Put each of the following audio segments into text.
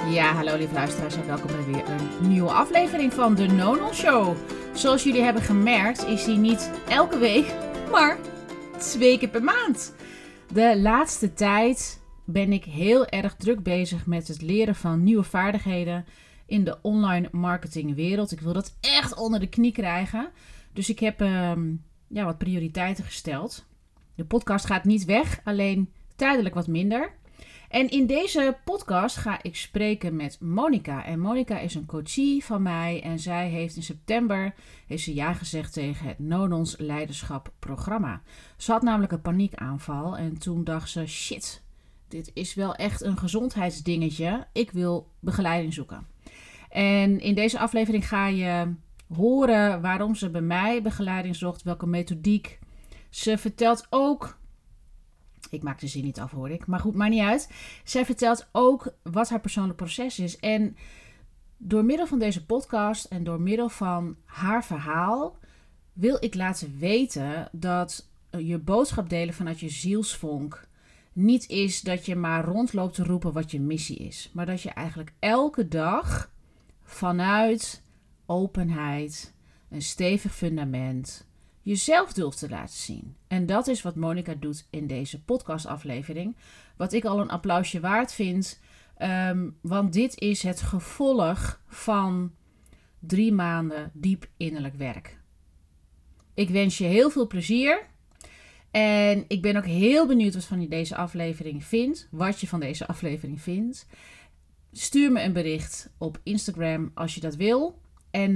Ja, hallo lieve luisteraars en welkom bij weer een nieuwe aflevering van de Nonon Show. Zoals jullie hebben gemerkt is die niet elke week, maar 2 keer per maand. De laatste tijd ben ik heel erg druk bezig met het leren van nieuwe vaardigheden in de online marketingwereld. Ik wil dat echt onder de knie krijgen. Dus ik heb wat prioriteiten gesteld. De podcast gaat niet weg, alleen tijdelijk wat minder. En in deze podcast ga ik spreken met Monica. En Monica is een coachie van mij. En zij heeft in september ja gezegd tegen het Nonons Leiderschap programma. Ze had namelijk een paniekaanval. En toen dacht ze, shit, dit is wel echt een gezondheidsdingetje. Ik wil begeleiding zoeken. En in deze aflevering ga je horen waarom ze bij mij begeleiding zocht. Welke methodiek. Ze vertelt ook... Ik maak de zin niet af, hoor ik. Maar goed, maakt niet uit. Zij vertelt ook wat haar persoonlijk proces is. En door middel van deze podcast en door middel van haar verhaal wil ik laten weten dat je boodschap delen vanuit je zielsvonk niet is dat je maar rondloopt te roepen wat je missie is. Maar dat je eigenlijk elke dag vanuit openheid, een stevig fundament, jezelf durft te laten zien. En dat is wat Monica doet in deze podcastaflevering. Wat ik al een applausje waard vind. Want dit is het gevolg van 3 maanden diep innerlijk werk. Ik wens je heel veel plezier. En ik ben ook heel benieuwd wat van je deze aflevering vindt. Wat je van deze aflevering vindt. Stuur me een bericht op Instagram als je dat wil. En...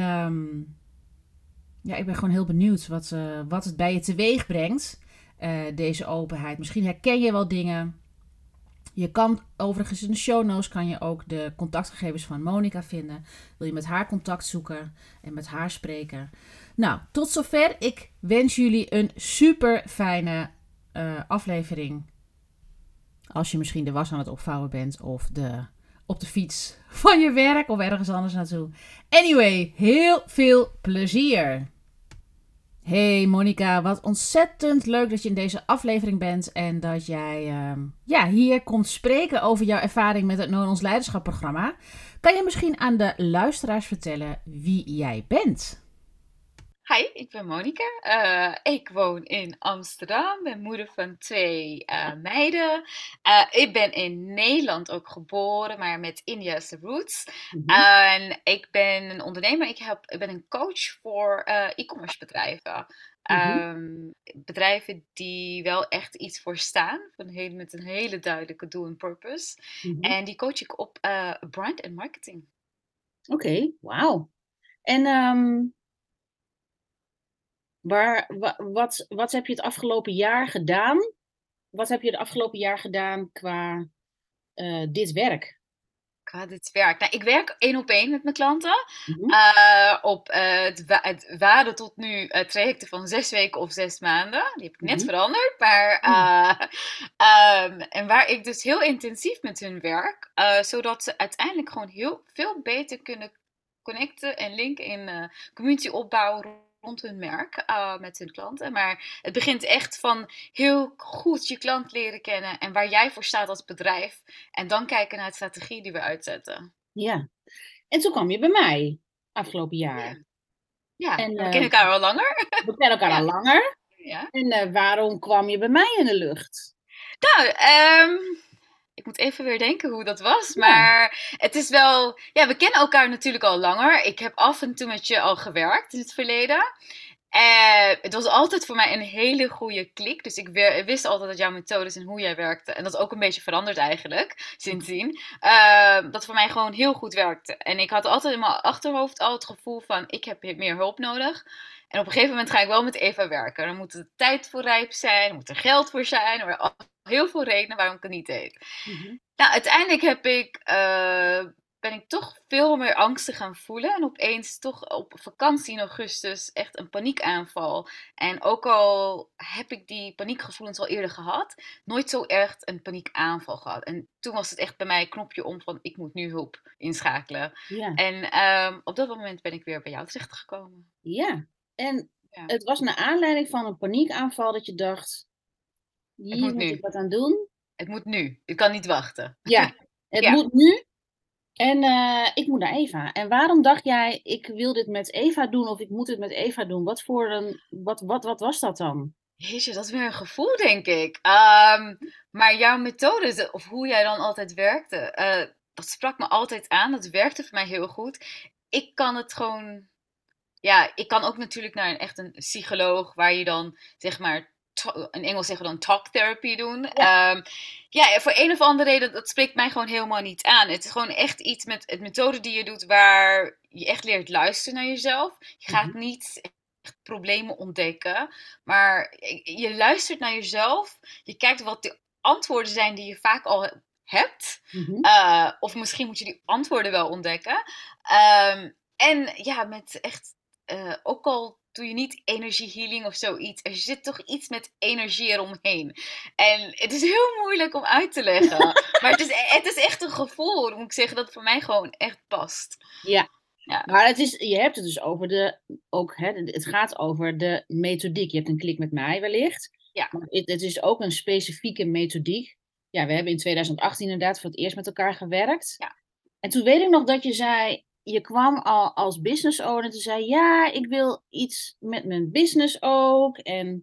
ik ben gewoon heel benieuwd wat het bij je teweeg brengt, deze openheid. Misschien herken je wel dingen. Je kan overigens in de show notes kan je ook de contactgegevens van Monica vinden. Wil je met haar contact zoeken en met haar spreken? Nou, tot zover. Ik wens jullie een super fijne aflevering. Als je misschien de was aan het opvouwen bent of op de fiets van je werk of ergens anders naartoe. Anyway, heel veel plezier. Hey Monica, wat ontzettend leuk dat je in deze aflevering bent en dat jij hier komt spreken over jouw ervaring met het Nonons Leiderschap programma. Kan je misschien aan de luisteraars vertellen wie jij bent? Hi, ik ben Monica. Ik woon in Amsterdam, ben moeder van 2 meiden. Ik ben in Nederland ook geboren, maar met Indiase roots. En ik ben een ondernemer. Ik ben een coach voor e-commerce bedrijven. Bedrijven die wel echt iets voor staan, met een hele duidelijke doel en purpose. En die coach ik op brand en marketing. Oké, wauw. En wat heb je het afgelopen jaar gedaan? Wat heb je het afgelopen jaar gedaan qua dit werk? Qua dit werk. Nou, ik werk 1-op-1 met mijn klanten. Op het waarde tot nu trajecten van 6 weken of 6 maanden. Die heb ik net veranderd. Maar, en waar ik dus heel intensief met hun werk. Zodat ze uiteindelijk gewoon heel veel beter kunnen connecten en linken in community opbouwen rond hun merk met hun klanten. Maar het begint echt van heel goed je klant leren kennen en waar jij voor staat als bedrijf. En dan kijken naar de strategie die we uitzetten. Ja. En toen kwam je bij mij afgelopen jaar. Ja, en, we kennen elkaar al langer. We kennen elkaar al langer. Ja. En waarom kwam je bij mij in de lucht? Nou, ik moet even weer denken hoe dat was. Ja. Maar het is wel... Ja, we kennen elkaar natuurlijk al langer. Ik heb af en toe met je al gewerkt in het verleden. Het was altijd voor mij een hele goede klik. Dus ik wist altijd dat jouw methodes en hoe jij werkte. En dat is ook een beetje veranderd eigenlijk, sindsdien. Dat voor mij gewoon heel goed werkte. En ik had altijd in mijn achterhoofd al het gevoel van... Ik heb meer hulp nodig. En op een gegeven moment ga ik wel met Eva werken. Dan moet er tijd voor rijp zijn. Dan moet er geld voor zijn. Er zijn heel veel redenen waarom ik het niet deed. Nou, uiteindelijk ben ik toch veel meer angsten gaan voelen. En opeens toch op vakantie in augustus echt een paniekaanval. En ook al heb ik die paniekgevoelens al eerder gehad, nooit zo echt een paniekaanval gehad. En toen was het echt bij mij een knopje om van ik moet nu hulp inschakelen. Ja. En op dat moment ben ik weer bij jou terechtgekomen. Ja, en het was naar aanleiding van een paniekaanval dat je dacht, hier moet ik wat aan doen. Het moet nu. Ik kan niet wachten. Ja, het moet nu. En ik moet naar Eva. En waarom dacht jij, ik wil dit met Eva doen of ik moet het met Eva doen? Wat was dat dan? Jeetje, dat is weer een gevoel, denk ik. Maar jouw methode, of hoe jij dan altijd werkte, dat sprak me altijd aan. Dat werkte voor mij heel goed. Ik kan het gewoon. Ja, ik kan ook natuurlijk naar echt een psycholoog, waar je dan, zeg maar, in Engels zeggen we dan talk therapy doen. Ja. Ja, voor een of andere reden, dat spreekt mij gewoon helemaal niet aan. Het is gewoon echt iets met het methode die je doet, waar je echt leert luisteren naar jezelf. Je gaat Mhm. niet echt problemen ontdekken, maar je luistert naar jezelf. Je kijkt wat de antwoorden zijn die je vaak al hebt. Mhm. Of misschien moet je die antwoorden wel ontdekken. En ja, met echt, ook al doe je niet energiehealing of zoiets, er zit toch iets met energie eromheen. En het is heel moeilijk om uit te leggen. Maar het is echt een gevoel, moet ik zeggen, dat voor mij gewoon echt past. Ja, Ja, maar je hebt het dus over het gaat over de methodiek. Je hebt een klik met mij wellicht, ja, maar het is ook een specifieke methodiek. Ja, we hebben in 2018 inderdaad voor het eerst met elkaar gewerkt. ja, En toen weet ik nog dat je zei, je kwam al als business owner en toen zei, ja, ik wil iets met mijn business ook.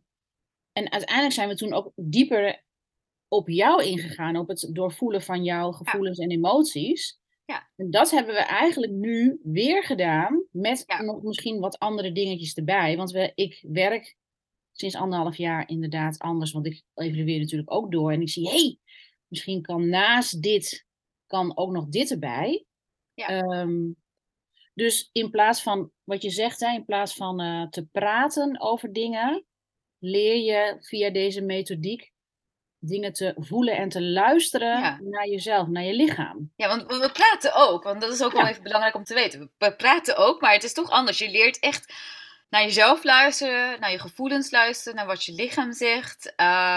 En uiteindelijk zijn we toen ook dieper op jou ingegaan, op het doorvoelen van jouw ja, gevoelens en emoties. ja, En dat hebben we eigenlijk nu weer gedaan, met ja, nog misschien wat andere dingetjes erbij. Want ik werk sinds 1,5 jaar inderdaad anders, want ik evalueer natuurlijk ook door. En ik zie, hey, misschien kan naast dit, kan ook nog dit erbij. ja. Ehm, dus in plaats van, wat je zegt, hè, in plaats van te praten over dingen, leer je via deze methodiek dingen te voelen en te luisteren Ja. naar jezelf, naar je lichaam. Ja, want we praten ook, want dat is ook wel Ja, even belangrijk om te weten. We praten ook, maar het is toch anders. Je leert echt naar jezelf luisteren, naar je gevoelens luisteren, naar wat je lichaam zegt,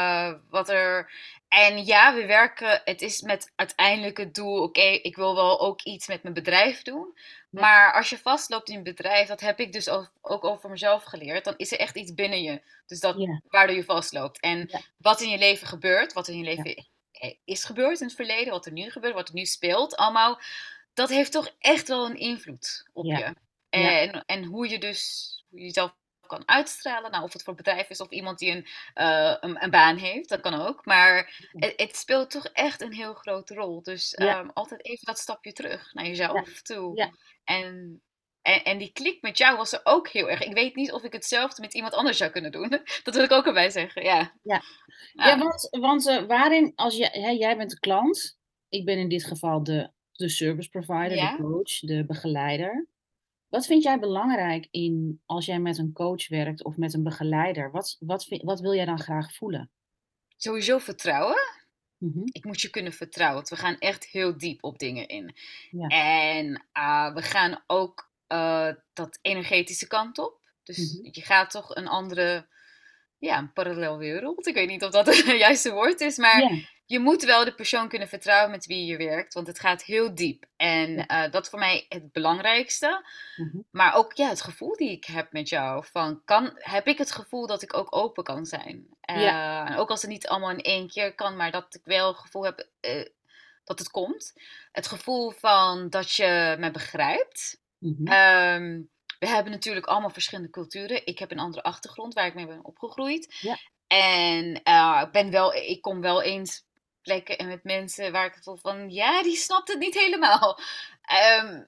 wat er. En ja, we werken, het is met uiteindelijk het doel, oké, ik wil wel ook iets met mijn bedrijf doen. ja, Maar als je vastloopt in een bedrijf, dat heb ik dus ook over mezelf geleerd, dan is er echt iets binnen je. Dus dat, ja, waardoor je vastloopt. En ja, wat in je leven gebeurt, wat in je ja, leven is gebeurd in het verleden, wat er nu gebeurt, wat er nu speelt, allemaal, dat heeft toch echt wel een invloed op ja, je. ja, En hoe je dus hoe je jezelf kan uitstralen. Nou, of het voor het bedrijf is of iemand die een baan heeft, dat kan ook. Maar het speelt toch echt een heel grote rol. Dus ja, altijd even dat stapje terug naar ja, jezelf toe. ja, En, en die klik met jou was er ook heel erg. Ik weet niet of ik hetzelfde met iemand anders zou kunnen doen. Dat wil ik ook erbij zeggen, ja. ja. Ja, Ja, want waarin, als je, hè, jij bent de klant, ik ben in dit geval de service provider, de ja. coach, de begeleider. Wat vind jij belangrijk in als jij met een coach werkt of met een begeleider? Wat wil jij dan graag voelen? Sowieso vertrouwen. Mhm. Ik moet je kunnen vertrouwen, want we gaan echt heel diep op dingen in. Ja. En we gaan ook dat energetische kant op. Dus Mhm. je gaat toch een andere, ja, een parallelwereld. Ik weet niet of dat het juiste woord is, maar Ja. je moet wel de persoon kunnen vertrouwen met wie je werkt, want het gaat heel diep. En Ja. dat is voor mij het belangrijkste. Mhm. Maar ook ja, het gevoel die ik heb met jou. Heb ik het gevoel dat ik ook open kan zijn? Ja. En ook als het niet allemaal in één keer kan, maar dat ik wel het gevoel heb dat het komt. Het gevoel van dat je me begrijpt. Mhm. Ehm, we hebben natuurlijk allemaal verschillende culturen. Ik heb een andere achtergrond waar ik mee ben opgegroeid. Ja. En ik kom wel eens plekken en met mensen waar ik het voel van, ja, die snapt het niet helemaal. Ehm,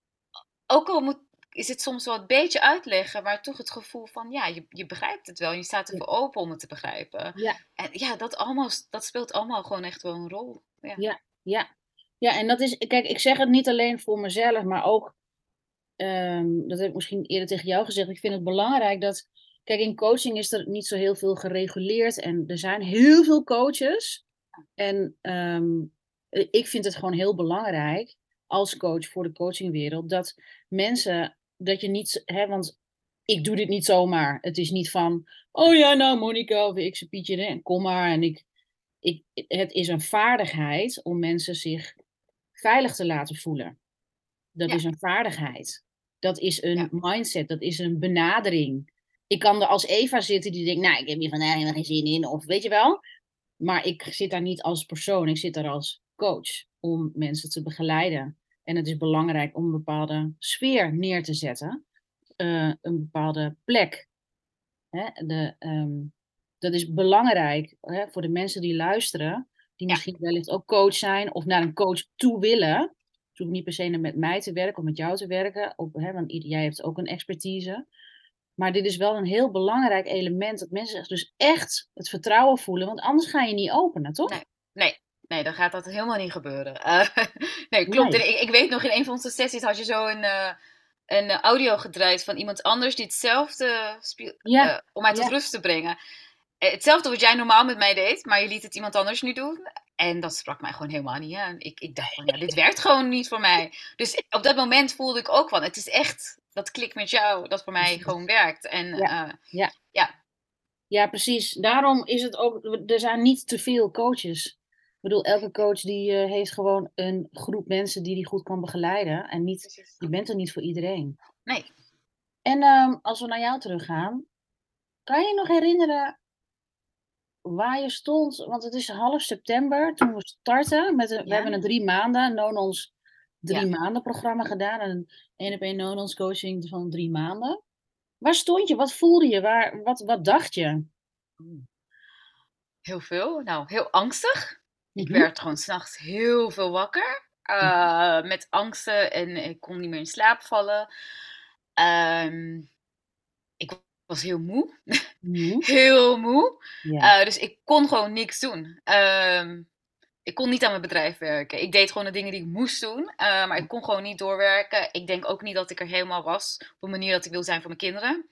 ook al is het soms wel een beetje uitleggen, maar toch het gevoel van, ja, je begrijpt het wel. Je staat Ja. ervoor open om het te begrijpen. Ja. En ja, dat speelt allemaal gewoon echt wel een rol. Ja. Ja. Ja. Ja, en dat is, kijk, ik zeg het niet alleen voor mezelf, maar ook, dat heb ik misschien eerder tegen jou gezegd. Ik vind het belangrijk dat, kijk, in coaching is er niet zo heel veel gereguleerd en er zijn heel veel coaches. En ik vind het gewoon heel belangrijk als coach voor de coachingwereld dat mensen, dat je niet, hè, want ik doe dit niet zomaar. Het is niet van, oh ja, nou Monica of ik Pietje, en kom maar. En het is een vaardigheid om mensen zich veilig te laten voelen. Dat Ja, is een vaardigheid. Dat is een ja, mindset. Dat is een benadering. Ik kan er als Eva zitten die denkt, nou, ik heb hier vandaag helemaal geen zin in. Of weet je wel. Maar ik zit daar niet als persoon. Ik zit daar als coach om mensen te begeleiden. En het is belangrijk om een bepaalde sfeer neer te zetten. Een bepaalde plek. Hè? Dat is belangrijk, hè, voor de mensen die luisteren. Die Ja. misschien wellicht ook coach zijn of naar een coach toe willen. Het hoeft niet per se met mij te werken of met jou te werken. Want jij hebt ook een expertise. Maar dit is wel een heel belangrijk element. Dat mensen zich dus echt het vertrouwen voelen. Want anders ga je niet openen, toch? Nee, dan gaat dat helemaal niet gebeuren. Nee, klopt. Nee. En ik weet nog, in een van onze sessies had je zo een audio gedraaid van iemand anders die hetzelfde om mij tot rust te brengen. Hetzelfde wat jij normaal met mij deed, maar je liet het iemand anders nu doen. En dat sprak mij gewoon helemaal niet aan. Ik dacht van, dit werkt gewoon niet voor mij. Dus op dat moment voelde ik ook van, het is echt dat klik met jou dat voor mij gewoon werkt. En Ja, precies. Daarom is het ook, er zijn niet te veel coaches. Ik bedoel, elke coach die heeft gewoon een groep mensen die goed kan begeleiden. En niet, je bent er niet voor iedereen. Nee. En als we naar jou teruggaan, kan je je nog herinneren waar je stond? Want het is half september toen we starten. We hebben een 3 maanden, Nonons 3 maanden programma gedaan. Een 1-op-1 Nonons coaching van 3 maanden. Waar stond je? Wat voelde je? Wat dacht je? Heel veel. Nou, heel angstig. Ik werd gewoon 's nachts heel veel wakker. Met angsten en ik kon niet meer in slaap vallen. Ik was heel moe. Heel moe. Dus ik kon gewoon niks doen. Ik kon niet aan mijn bedrijf werken. Ik deed gewoon de dingen die ik moest doen. Maar ik kon gewoon niet doorwerken. Ik denk ook niet dat ik er helemaal was. Op een manier dat ik wil zijn voor mijn kinderen.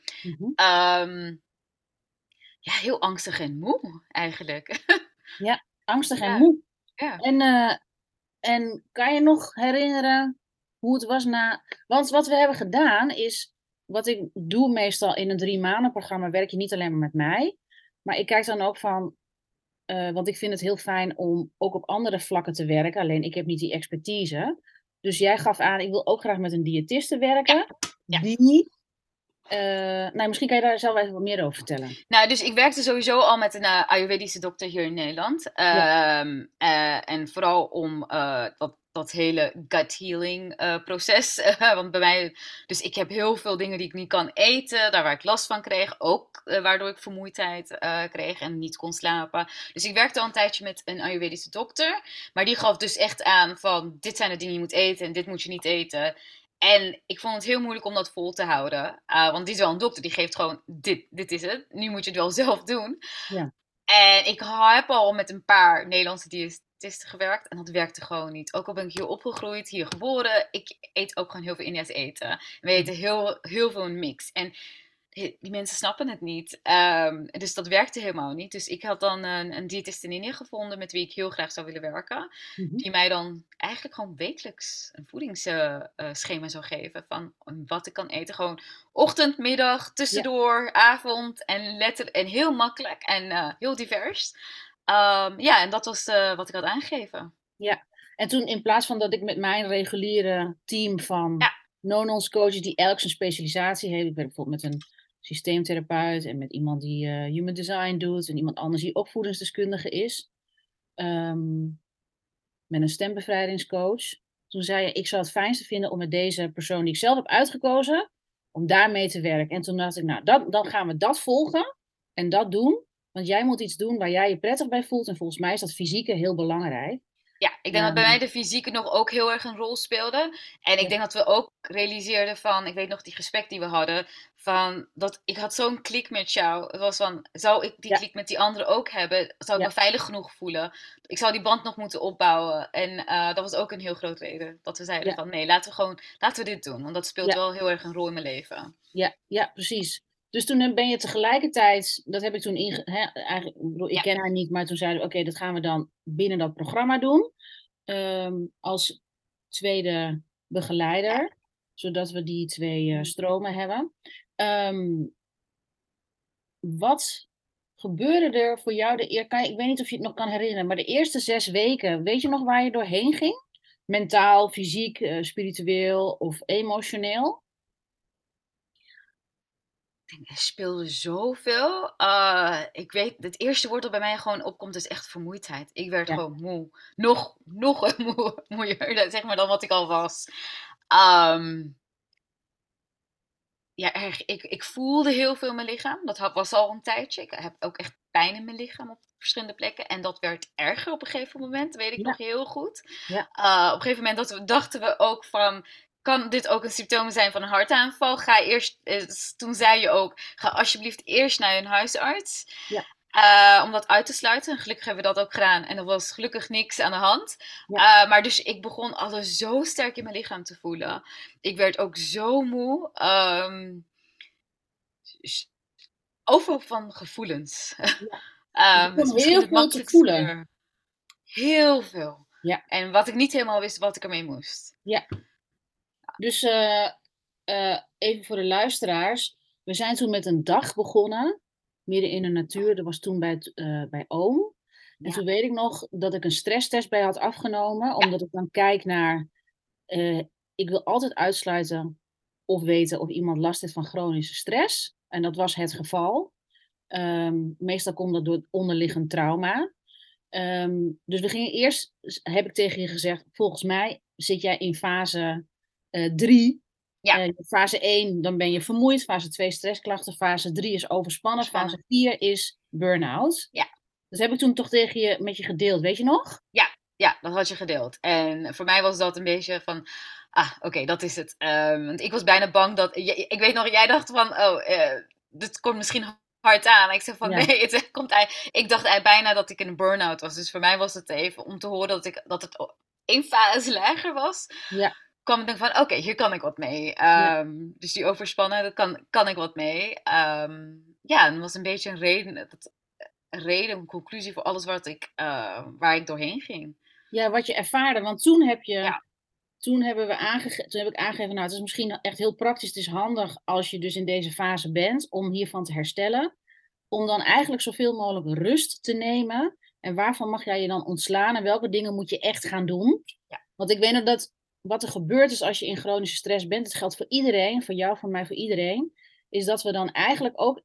Heel angstig en moe eigenlijk. Ja, angstig en moe. Ja. En kan je nog herinneren hoe het was na... Want wat we hebben gedaan is... Wat ik doe meestal in een 3 maanden programma... werk je niet alleen maar met mij. Maar ik kijk dan ook van... want ik vind het heel fijn om ook op andere vlakken te werken. Alleen ik heb niet die expertise. Dus jij gaf aan... Ik wil ook graag met een diëtiste werken. Ja. Die... misschien kan je daar zelf even wat meer over vertellen. Nou, dus ik werkte sowieso al met een Ayurvedische dokter hier in Nederland. En vooral om dat hele gut healing proces. Want bij mij, dus ik heb heel veel dingen die ik niet kan eten, daar waar ik last van kreeg. Ook waardoor ik vermoeidheid kreeg en niet kon slapen. Dus ik werkte al een tijdje met een Ayurvedische dokter. Maar die gaf dus echt aan van, dit zijn de dingen die je moet eten en dit moet je niet eten. En ik vond het heel moeilijk om dat vol te houden. Want die is wel een dokter, die geeft gewoon, dit is het. Nu moet je het wel zelf doen. Ja. En ik heb al met een paar Nederlandse diëtisten gewerkt. En dat werkte gewoon niet. Ook al ben ik hier opgegroeid, hier geboren. Ik eet ook gewoon heel veel India's eten. We eten heel, heel veel een mix. En die mensen snappen het niet. Dus dat werkte helemaal niet. Dus ik had dan een diëtist in India gevonden met wie ik heel graag zou willen werken. Die mij dan eigenlijk gewoon wekelijks een voedingsschema zou geven van wat ik kan eten. Gewoon ochtend, middag, tussendoor, avond en heel makkelijk en heel divers. En dat was wat ik had aangegeven. Ja, en toen in plaats van dat ik met mijn reguliere team van Nonons coaches die elk zijn specialisatie heeft. Ik werk bijvoorbeeld met een systeemtherapeut en met iemand die human design doet en iemand anders die opvoedingsdeskundige is. Met een stembevrijdingscoach. Toen zei je, ik zou het fijnste vinden om met deze persoon die ik zelf heb uitgekozen, om daarmee te werken. En toen dacht ik, nou, dan gaan we dat volgen en dat doen. Want jij moet iets doen waar jij je prettig bij voelt. En volgens mij is dat fysieke heel belangrijk. Ja, ik denk dat bij mij de fysieke nog ook heel erg een rol speelde. En ik denk dat we ook realiseerden van, ik weet nog die gesprek die we hadden, van dat ik had zo'n klik met jou. Het was van, zou ik die klik met die anderen ook hebben? Zou ik me veilig genoeg voelen? Ik zou die band nog moeten opbouwen. En dat was ook een heel groot reden. Dat we zeiden van, nee, laten we dit doen. Want dat speelt wel heel erg een rol in mijn leven. Ja, precies. Dus toen ben je tegelijkertijd, dat heb ik toen eigenlijk, ik ken haar niet, maar toen zeiden we, oké, dat gaan we dan binnen dat programma doen. Als tweede begeleider, zodat we die 2 stromen hebben. Wat gebeurde er voor jou ik weet niet of je het nog kan herinneren, maar de eerste 6 weken, weet je nog waar je doorheen ging? Mentaal, fysiek, spiritueel of emotioneel? Er speelde zoveel. Ik weet, het eerste woord dat bij mij gewoon opkomt is echt vermoeidheid. Ik werd Ja, gewoon moe. Nog moeier, zeg maar, dan wat ik al was. Ehm, ja, ik voelde heel veel in mijn lichaam. Dat was al een tijdje. Ik heb ook echt pijn in mijn lichaam op verschillende plekken. En dat werd erger op een gegeven moment, dat weet ik nog ja, heel goed. ja, Op een gegeven moment dachten we ook van, kan dit ook een symptoom zijn van een hartaanval? Ga eerst, toen zei je ook, ga alsjeblieft eerst naar een huisarts. ja, Om dat uit te sluiten. En gelukkig hebben we dat ook gedaan. En er was gelukkig niks aan de hand. ja. Maar dus ik begon alles zo sterk in mijn lichaam te voelen. Ik werd ook zo moe. Overal van gevoelens. Ja. Je Is begon misschien heel het veel te makkelijkste voelen. weer. Heel veel. Ja, En wat ik niet helemaal wist wat ik ermee moest. ja. Dus even voor de luisteraars. We zijn toen met een dag begonnen, midden in de natuur. Dat was toen bij Oom. En Ja, toen weet ik nog dat ik een stresstest bij had afgenomen, ja, omdat ik dan kijk naar, eh, ik wil altijd uitsluiten of weten of iemand last heeft van chronische stress. En dat was het geval. Meestal komt dat door het onderliggend trauma. Dus we gingen eerst, heb ik tegen je gezegd, volgens mij zit jij in fase 3. ja. Fase 1, dan ben je vermoeid. Fase 2, stressklachten. Fase 3 is overspannen. Spannend. Fase 4 is burn-out. Ja, Dat heb ik toen toch tegen je, met je gedeeld, weet je nog? ja, dat had je gedeeld. En voor mij was dat een beetje van, oké, dat is het. Want ik was bijna bang dat, ik weet nog, jij dacht van, dit komt misschien hard aan. Ik zei van, Ja, nee, het komt ik dacht eigenlijk bijna dat ik in een burn-out was. Dus voor mij was het even om te horen dat het één fase lager was. ja, Kwam ik dan van, oké, hier kan ik wat mee. ja. Dus die overspannen, daar kan ik wat mee. Ja, en dat was een beetje een reden, een conclusie voor alles waar ik doorheen ging. Ja, wat je ervaarde. Want toen heb je, Ja, toen hebben we toen heb ik aangegeven, nou, het is misschien echt heel praktisch. Het is handig als je dus in deze fase bent om hiervan te herstellen. Om dan eigenlijk zoveel mogelijk rust te nemen. En waarvan mag jij je dan ontslaan? En welke dingen moet je echt gaan doen? ja, Want ik weet nog dat wat er gebeurt is als je in chronische stress bent. Het geldt voor iedereen, voor jou, voor mij, voor iedereen. Is dat we dan eigenlijk ook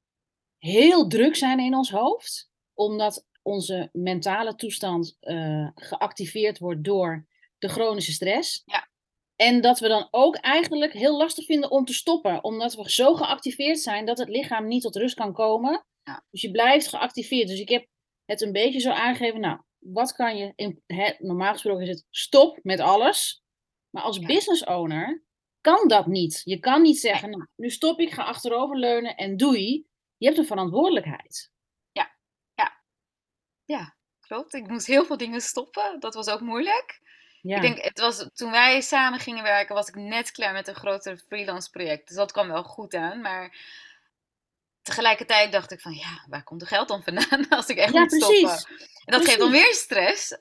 heel druk zijn in ons hoofd. Omdat onze mentale toestand geactiveerd wordt door de chronische stress. ja, En dat we dan ook eigenlijk heel lastig vinden om te stoppen. Omdat we zo geactiveerd zijn dat het lichaam niet tot rust kan komen. ja, Dus je blijft geactiveerd. Dus ik heb het een beetje zo aangegeven. Nou, wat kan je... normaal gesproken is het stop met alles. Maar als ja. business owner kan dat niet. Je kan niet Nee, zeggen, nou, nu stop ik, ga achteroverleunen en doei. Je hebt een verantwoordelijkheid. ja, ja, ja, klopt. Ik moest heel veel dingen stoppen. Dat was ook moeilijk. Ik Ja, denk, het was, toen wij samen gingen werken, was ik net klaar met een groter freelance project. Dus dat kwam wel goed aan. Maar tegelijkertijd dacht ik van, ja, waar komt de geld dan vandaan als ik echt ja, moet stoppen? precies. En dat geeft dan Precies. weer stress.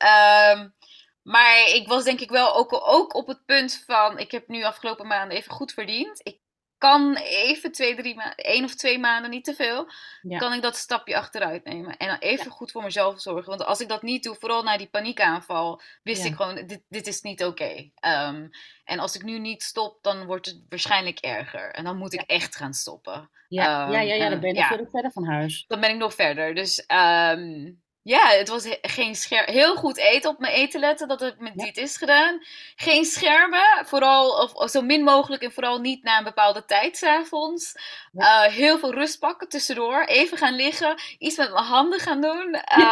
Maar ik was denk ik wel ook op het punt van, ik heb nu afgelopen maanden even goed verdiend. Ik kan even 1 of 2 maanden, niet te veel, Ja, kan ik dat stapje achteruit nemen. En dan ja, even goed voor mezelf zorgen. Want als ik dat niet doe, vooral na die paniekaanval, wist ik ja, gewoon, dit is niet oké. En als ik nu niet stop, dan wordt het waarschijnlijk erger. En dan moet ik ja. echt gaan stoppen. Ja, ja, ja, ja, dan ben je nog Ja, veel verder van huis. dan ben ik nog verder. Dus ja, het was geen scherm. Heel goed eten, op mijn eten letten, dat het met Ja, dit is gedaan. Geen schermen, vooral of zo min mogelijk en vooral niet na een bepaalde tijd 's avonds. ja. Heel veel rust pakken tussendoor. Even gaan liggen, iets met mijn handen gaan doen.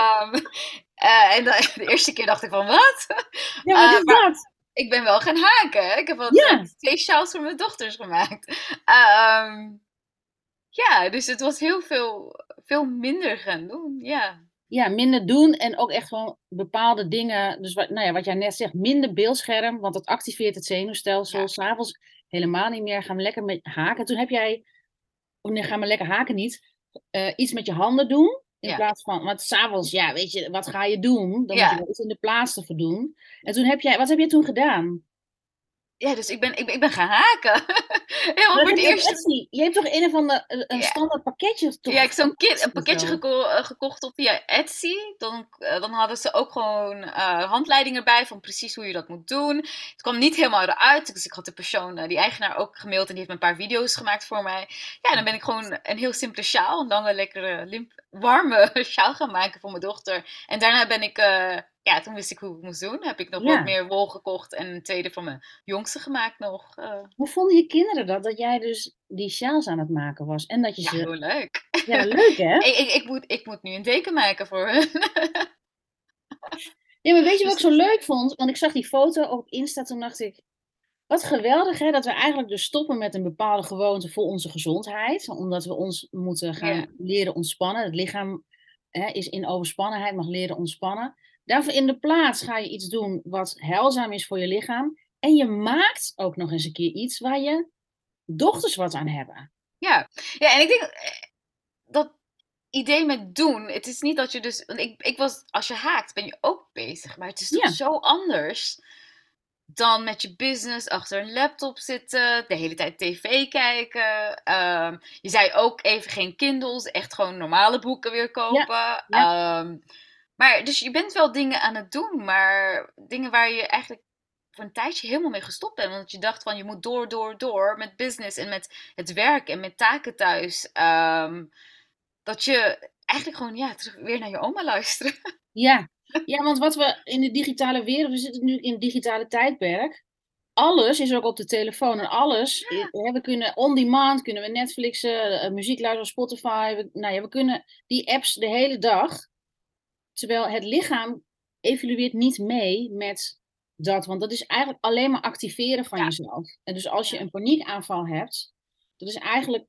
En de eerste keer dacht ik van wat? Ja, wat is Maar dat? ik ben wel gaan haken. Ik heb Ja, 2 sjaals voor mijn dochters gemaakt. Ehm, ja, dus het was veel minder gaan doen. Ja. ja, minder doen en ook echt gewoon bepaalde dingen. Dus wat, nou ja, wat jij net zegt, minder beeldscherm, want dat activeert het zenuwstelsel. Ja, 'S'avonds helemaal niet meer. Gaan we lekker met haken. Toen heb jij, oh nee, gaan we lekker haken niet. Iets met je handen doen. In ja, plaats van, want s'avonds, ja, weet je, wat ga je doen? Dan moet je ja. wel iets in de plaats ervoor doen. En toen heb jij, wat heb jij toen gedaan? Ja, dus ik ben gaan haken. Helemaal Dat voor heb het je op eerst. Etsy. Je hebt toch een Ja, standaard pakketje ja, ik toch? heb een pakketje gekocht op via Etsy. Dan hadden ze ook gewoon handleidingen erbij van precies hoe je dat moet doen. Het kwam niet helemaal eruit, dus ik had de persoon, die eigenaar, ook gemaild en die heeft me een paar video's gemaakt voor mij. Ja, dan ben ik gewoon een heel simpele sjaal, een lange, lekkere, warme sjaal gaan maken voor mijn dochter. En daarna ben ik, ja, toen wist ik hoe ik het moest doen. Heb ik nog wat Ja. meer wol gekocht en een tweede van mijn jongste gemaakt nog. Hoe vonden je kinderen dat? Dat jij dus die sjaals aan het maken was. En dat je Ja, ze... heel leuk. Ja, leuk hè? Ik moet nu een deken maken voor hun. Ja, maar weet je wat Dus ik zo leuk vond? Want ik zag die foto op Insta, toen dacht ik... Wat geweldig hè, dat we eigenlijk dus stoppen met een bepaalde gewoonte voor onze gezondheid. Omdat we ons moeten ja, gaan leren ontspannen. Het lichaam is in overspannenheid, mag leren ontspannen. Daarvoor in de plaats ga je iets doen wat heilzaam is voor je lichaam. En je maakt ook nog eens een keer iets waar je dochters wat aan hebben. ja. Ja, en ik denk dat idee met doen, het is niet dat je dus, want ik was, als je haakt ben je ook bezig, maar het is toch Ja, zo anders dan met je business achter een laptop zitten, de hele tijd tv kijken. Je zei ook even geen Kindles, echt gewoon normale boeken weer ja, kopen. ja, Maar dus je bent wel dingen aan het doen, maar dingen waar je eigenlijk voor een tijdje helemaal mee gestopt bent. Want je dacht van je moet door met business en met het werk en met taken thuis. Dat je eigenlijk gewoon ja, terug weer naar je oma luisteren. ja. Ja, want wat we in de digitale wereld, we zitten nu in het digitale tijdperk. Alles is ook op de telefoon en alles. We kunnen on demand, kunnen we Netflixen, muziek luisteren, Spotify. Nou ja, we kunnen die apps de hele dag. Terwijl het lichaam evolueert niet mee met dat. Want dat is eigenlijk alleen maar activeren van Ja, jezelf. En dus als je ja, een paniekaanval hebt, dat is eigenlijk,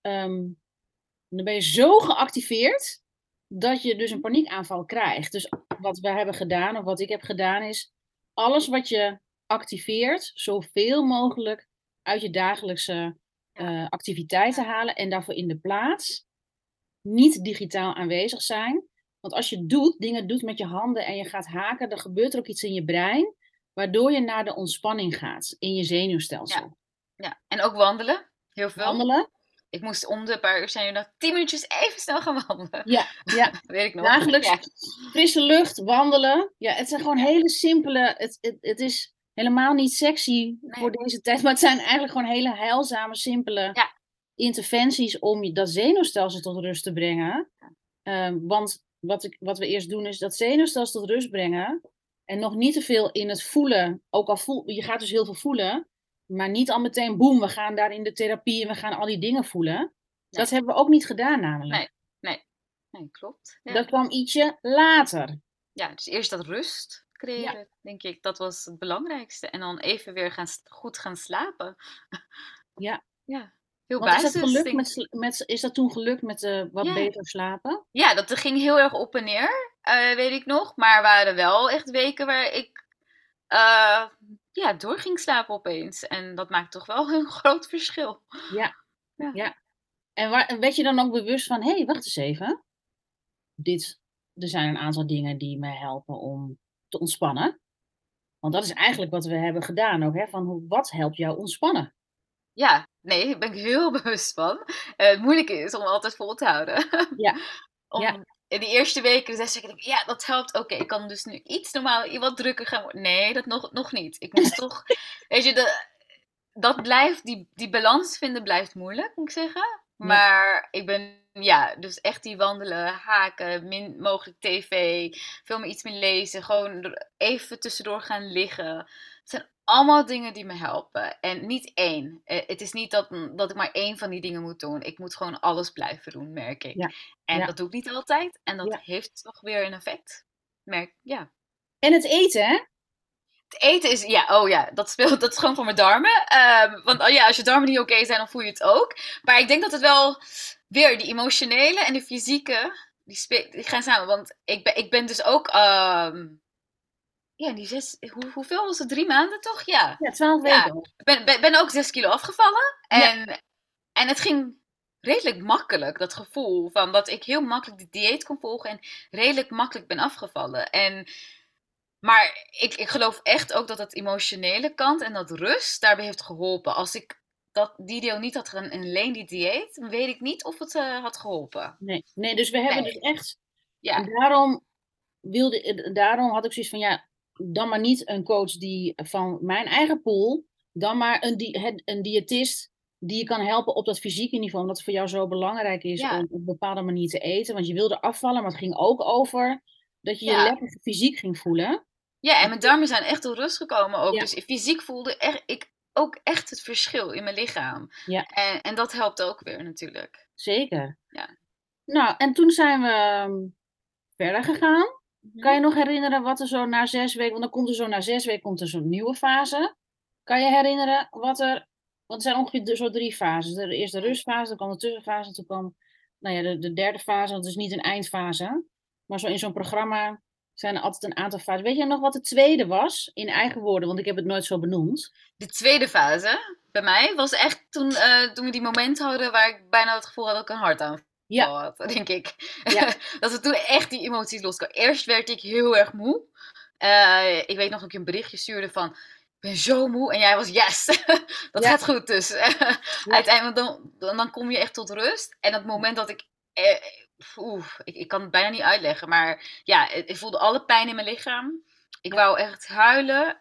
dan ben je zo geactiveerd dat je dus een paniekaanval krijgt. Dus wat we hebben gedaan, of wat ik heb gedaan, is alles wat je activeert, zoveel mogelijk uit je dagelijkse ja, activiteiten ja, halen en daarvoor in de plaats niet digitaal aanwezig zijn. Want als je dingen doet met je handen en je gaat haken, dan gebeurt er ook iets in je brein, waardoor je naar de ontspanning gaat in je ja, zenuwstelsel. ja. En ook wandelen, heel veel. Wandelen, Ik moest om de paar uur zijn er nog 10 minuutjes even snel gaan wandelen. ja, ja. Weet ik nog. Dagelijks Ja, frisse lucht, wandelen. Ja, het zijn gewoon ja, hele simpele. Het is helemaal niet sexy voor nee. deze tijd, maar het zijn eigenlijk gewoon hele heilzame, simpele Ja, interventies om dat zenuwstelsel tot rust te brengen. Want wat we eerst doen is dat zenuwstelsel tot rust brengen en nog niet te veel in het voelen. Ook al je gaat dus heel veel voelen, maar niet al meteen boem, we gaan daar in de therapie en we gaan al die dingen voelen. Dat nee, hebben we ook niet gedaan namelijk. nee, nee. Nee, klopt. Ja. Dat kwam ietsje later. Ja, dus eerst dat rust Ja. creëren, denk ik. Dat was het belangrijkste. En dan even weer goed gaan slapen. Ja, Ja, heel want is dat basis, gelukt denk ik. is dat toen gelukt met wat Ja, beter slapen? ja, dat ging heel erg op en neer, weet ik nog. Maar er waren wel echt weken waar ik eh, ja, door ging slapen opeens. En dat maakt toch wel een groot verschil. Ja, Ja, ja. En werd je dan ook bewust van, hé, wacht eens even. Er zijn een aantal dingen die me helpen om te ontspannen. Want dat is eigenlijk wat we hebben gedaan ook, hè? Van wat helpt jou ontspannen? ja, nee, daar ben ik heel bewust van. Het moeilijke is om altijd vol te houden. Ja, ja, Om in die eerste weken, 6 weken, denk ik, ja, dat helpt. Oké, ik kan dus nu iets normaal, wat drukker gaan worden. Nee, dat nog niet. Ik moest toch, weet je, dat blijft, die balans vinden blijft moeilijk, moet ik zeggen. ja, Maar ik ben, ja, dus echt die wandelen, haken, min mogelijk tv, veel meer iets meer lezen, gewoon even tussendoor gaan liggen. Het zijn allemaal dingen die me helpen. En niet één. Het is niet dat ik maar één van die dingen moet doen. Ik moet gewoon alles blijven doen, merk ik. ja, En ja, dat doe ik niet altijd. En dat ja. heeft toch weer een effect. Ja. En het eten, hè? Het eten is, ja, oh ja, dat is gewoon voor mijn darmen. Want oh ja, als je darmen niet oké zijn, dan voel je het ook. Maar ik denk dat het wel weer die emotionele en de fysieke, die gaan samen. Want ik ben dus ook, ja, hoeveel was het? 3 maanden toch? Ja. Ja, 12 Ja, weken. ik ben ook 6 kilo afgevallen. Ja, En het ging redelijk makkelijk, dat gevoel van dat ik heel makkelijk de dieet kon volgen en redelijk makkelijk ben afgevallen. Maar ik geloof echt ook dat dat emotionele kant en dat rust daarbij heeft geholpen. Als ik die deel niet had gedaan en alleen die dieet, dan weet ik niet of het had geholpen. Nee, dus we hebben dus echt... Ja. En daarom had ik zoiets van, ja, dan maar niet een coach die van mijn eigen pool, dan maar een diëtist die je kan helpen op dat fysieke niveau, omdat het voor jou zo belangrijk is om op een bepaalde manier te eten. Want je wilde afvallen, maar het ging ook over dat je je lekker fysiek ging voelen. Ja, en mijn darmen zijn echt tot rust gekomen ook. Ja. Dus fysiek voelde ik ook echt het verschil in mijn lichaam. Ja. En dat helpt ook weer natuurlijk. Zeker. Ja. Nou, en toen zijn we verder gegaan. Kan je nog herinneren wat er zo na 6 weken... Want dan komt er zo na 6 weken komt er zo'n nieuwe fase. Kan je herinneren wat er... Want er zijn ongeveer zo 3 fases. Eerst de rustfase, dan kwam de tussenfase. Toen kwam de derde fase. Dat is niet een eindfase. Maar zo in zo'n programma zijn er altijd een aantal fases. Weet je nog wat de tweede was? In eigen woorden, want ik heb het nooit zo benoemd. De tweede fase bij mij was echt toen we die moment hadden waar ik bijna het gevoel had dat ik een hartaanval had, denk ik. Ja. Dat we toen echt die emoties loskwamen. Eerst werd ik heel erg moe. Ik weet nog dat ik een berichtje stuurde van, ik ben zo moe. En jij was, yes, dat gaat goed dus. Uiteindelijk dan kom je echt tot rust. En dat moment dat ik kan het bijna niet uitleggen. Maar ja, ik voelde alle pijn in mijn lichaam. Ik wou echt huilen.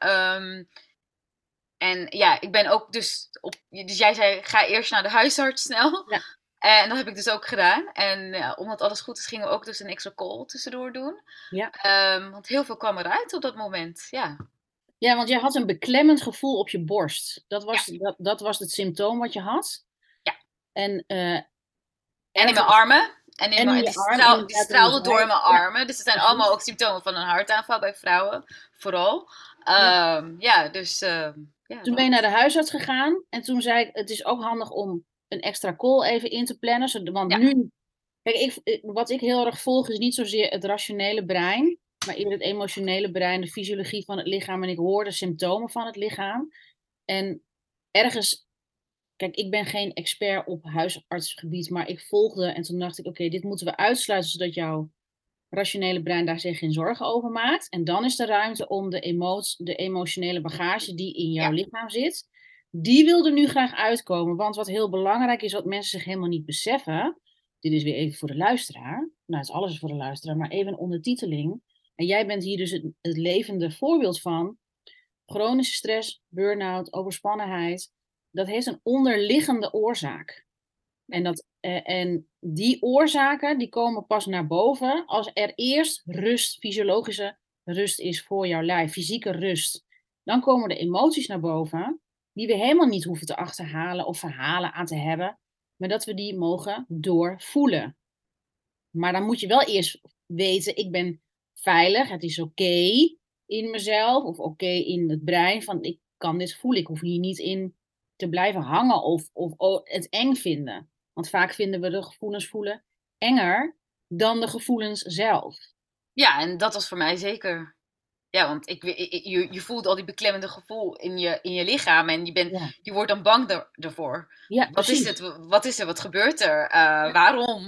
En ja, ik ben ook dus jij zei, ga eerst naar de huisarts snel. Ja. En dat heb ik dus ook gedaan. En omdat alles goed is, gingen we ook dus een extra call tussendoor doen. Ja. Want heel veel kwam eruit op dat moment, ja. Ja, want jij had een beklemmend gevoel op je borst. Dat was het symptoom wat je had. Ja. En in mijn armen. Die straalde door mijn armen. Dus het zijn allemaal ook symptomen van een hartaanval bij vrouwen. Vooral. Toen ben je naar de huisarts gegaan. En toen zei ik, het is ook handig om een extra call even in te plannen. Want nu... Kijk, wat ik heel erg volg is niet zozeer het rationele brein. Maar eerder het emotionele brein, de fysiologie van het lichaam. En ik hoor de symptomen van het lichaam. En ergens... Kijk, ik ben geen expert op huisartsgebied, maar ik volgde en toen dacht ik, oké, dit moeten we uitsluiten zodat jouw rationele brein daar zich geen zorgen over maakt. En dan is er ruimte om de emotionele bagage die in jouw lichaam zit, die wil er nu graag uitkomen. Want wat heel belangrijk is, wat mensen zich helemaal niet beseffen, dit is weer even voor de luisteraar, nou het is alles voor de luisteraar, maar even een ondertiteling. En jij bent hier dus het levende voorbeeld van chronische stress, burn-out, overspannenheid. Dat heeft een onderliggende oorzaak. En die oorzaken die komen pas naar boven als er eerst rust, fysiologische rust is voor jouw lijf, fysieke rust. Dan komen de emoties naar boven, die we helemaal niet hoeven te achterhalen of verhalen aan te hebben, maar dat we die mogen doorvoelen. Maar dan moet je wel eerst weten, ik ben veilig, het is oké in mezelf of oké in het brein, van ik kan dit voelen, ik hoef hier niet in te blijven hangen of het eng vinden. Want vaak vinden we de gevoelens voelen enger dan de gevoelens zelf. Ja, en dat was voor mij zeker. Ja, want je voelt al die beklemmende gevoel in je lichaam en je wordt dan bang ervoor. Ja, wat is er? Wat gebeurt er? Waarom?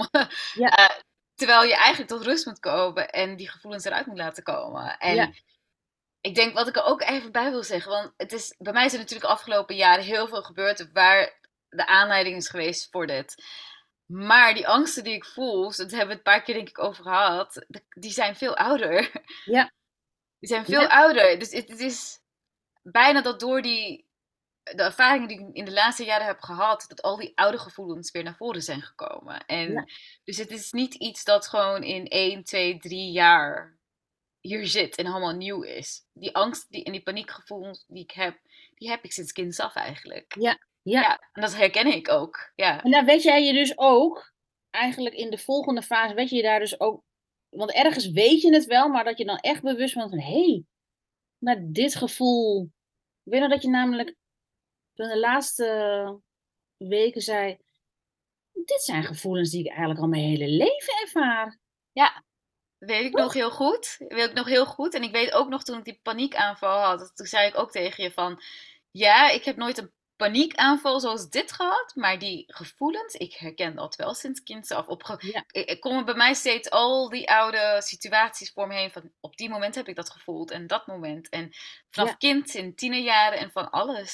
Terwijl je eigenlijk tot rust moet komen en die gevoelens eruit moet laten komen. En ik denk wat ik er ook even bij wil zeggen, want bij mij is er natuurlijk de afgelopen jaren heel veel gebeurd waar de aanleiding is geweest voor dit. Maar die angsten die ik voel, dat hebben we het een paar keer denk ik over gehad, die zijn veel ouder. Ja. Die zijn veel ouder. Dus het is bijna dat door de ervaringen die ik in de laatste jaren heb gehad, dat al die oude gevoelens weer naar voren zijn gekomen. En dus het is niet iets dat gewoon in 1, 2, 3 jaar hier zit en allemaal nieuw is. Die angst en die paniekgevoelens die heb ik sinds kinds af eigenlijk. Ja, en dat herken ik ook. Ja. En dan weet jij je dus ook, eigenlijk in de volgende fase, weet je daar dus ook, want ergens weet je het wel, maar dat je dan echt bewust bent van, hé, maar dit gevoel, ik weet nog dat je namelijk in de laatste weken zei, dit zijn gevoelens die ik eigenlijk al mijn hele leven ervaar. Ja. Weet ik nog heel goed. En ik weet ook nog toen ik die paniekaanval had. Toen zei ik ook tegen je van... Ja, ik heb nooit een paniekaanval zoals dit gehad. Maar die gevoelens, ik herken dat wel sinds kinds af. Er komen bij mij steeds al die oude situaties voor me heen. Van op die moment heb ik dat gevoeld. En dat moment. En vanaf kind in tienerjaren en van alles.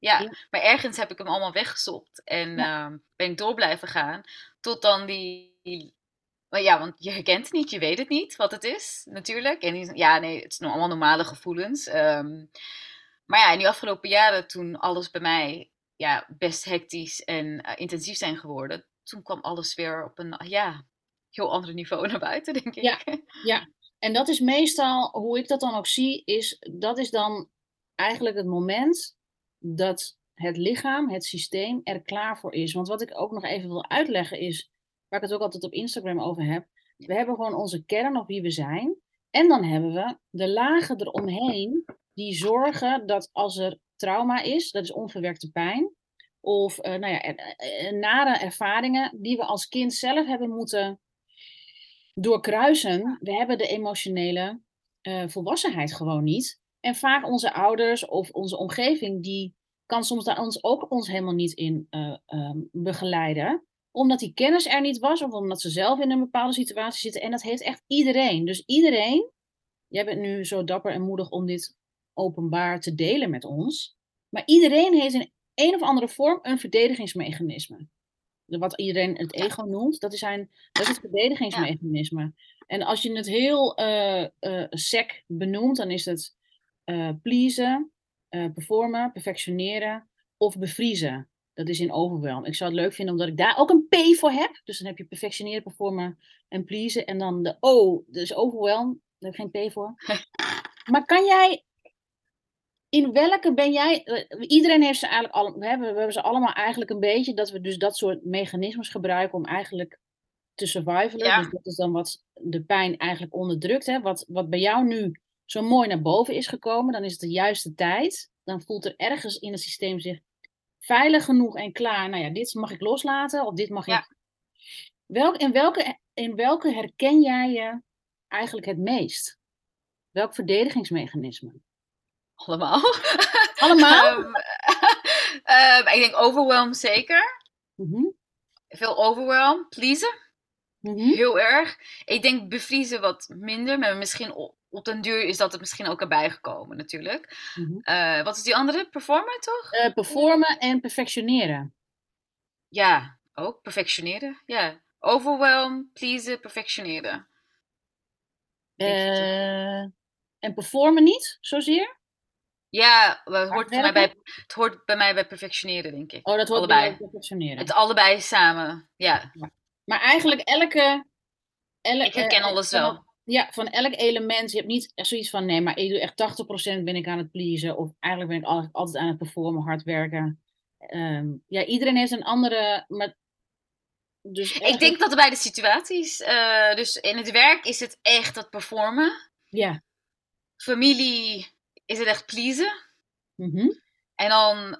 Ja, Ja. maar ergens heb ik hem allemaal weggestopt. En ben ik door blijven gaan. Tot dan maar ja, want je herkent het niet, je weet het niet wat het is, natuurlijk. En ja, nee, het zijn allemaal normale gevoelens. Maar ja, in die afgelopen jaren, toen alles bij mij best hectisch en intensief zijn geworden, toen kwam alles weer op een heel ander niveau naar buiten, denk Ja, ik. ja. En dat is meestal, hoe ik dat dan ook zie, dat is dan eigenlijk het moment dat het lichaam, het systeem, er klaar voor is. Want wat ik ook nog even wil uitleggen is, waar ik het ook altijd op Instagram over heb, we hebben gewoon onze kern op wie we zijn. En dan hebben we de lagen eromheen die zorgen dat als er trauma is, dat is onverwerkte pijn, of nare ervaringen die we als kind zelf hebben moeten doorkruisen. We hebben de emotionele volwassenheid gewoon niet. En vaak onze ouders of onze omgeving, die kan soms daar ons helemaal niet in begeleiden. Omdat die kennis er niet was, of omdat ze zelf in een bepaalde situatie zitten. En dat heeft echt iedereen. Dus iedereen, jij bent nu zo dapper en moedig om dit openbaar te delen met ons. Maar iedereen heeft in een of andere vorm een verdedigingsmechanisme. Wat iedereen het ego noemt, dat is het verdedigingsmechanisme. En als je het heel sec benoemt, dan is het pleasen, performen, perfectioneren of bevriezen. Dat is in overwhelm. Ik zou het leuk vinden omdat ik daar ook een P voor heb. Dus dan heb je perfectioneren, performen en pleasen. En dan de O, dus overwhelm. Daar heb ik geen P voor. Maar kan jij, in welke ben jij, iedereen heeft ze eigenlijk we hebben ze allemaal eigenlijk een beetje, dat we dus dat soort mechanismes gebruiken om eigenlijk te survivalen. Ja. Dus dat is dan wat de pijn eigenlijk onderdrukt. Hè? Wat bij jou nu zo mooi naar boven is gekomen, dan is het de juiste tijd. Dan voelt er ergens in het systeem zich veilig genoeg en klaar. Nou ja, dit mag ik loslaten of dit mag ik. In welke herken jij je eigenlijk het meest? Welk verdedigingsmechanisme? Allemaal. Allemaal? Ik denk overwhelm zeker. Mm-hmm. Veel overwhelm. Pleasen. Mm-hmm. Heel erg. Ik denk bevriezen wat minder. Maar misschien op den duur is dat er misschien ook erbij gekomen natuurlijk. Mm-hmm. Wat is die andere? Performen toch? Performen en perfectioneren. Ja, ook perfectioneren. Ja. Overwhelm, pleasen, perfectioneren. En performen niet, zozeer? Ja, het hoort bij mij bij perfectioneren, denk ik. Oh, dat hoort allebei. bij perfectioneren. Het allebei samen, ja. Maar eigenlijk ik herken alles wel. Ja, van elk element. Je hebt niet zoiets van, nee, maar ik doe echt 80% ben ik aan het pleasen. Of eigenlijk ben ik altijd aan het performen, hard werken. Ja, iedereen heeft een andere... Maar dus Ik denk dat er bij de situaties... dus in het werk is het echt dat performen. Ja. Familie is het echt pleasen. Mm-hmm. En dan...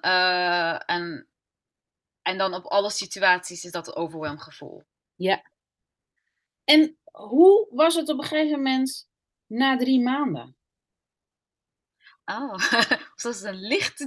en dan op alle situaties is dat het overwhelm gevoel. Ja. En hoe was het op een gegeven moment na 3 maanden? Oh, alsof het een licht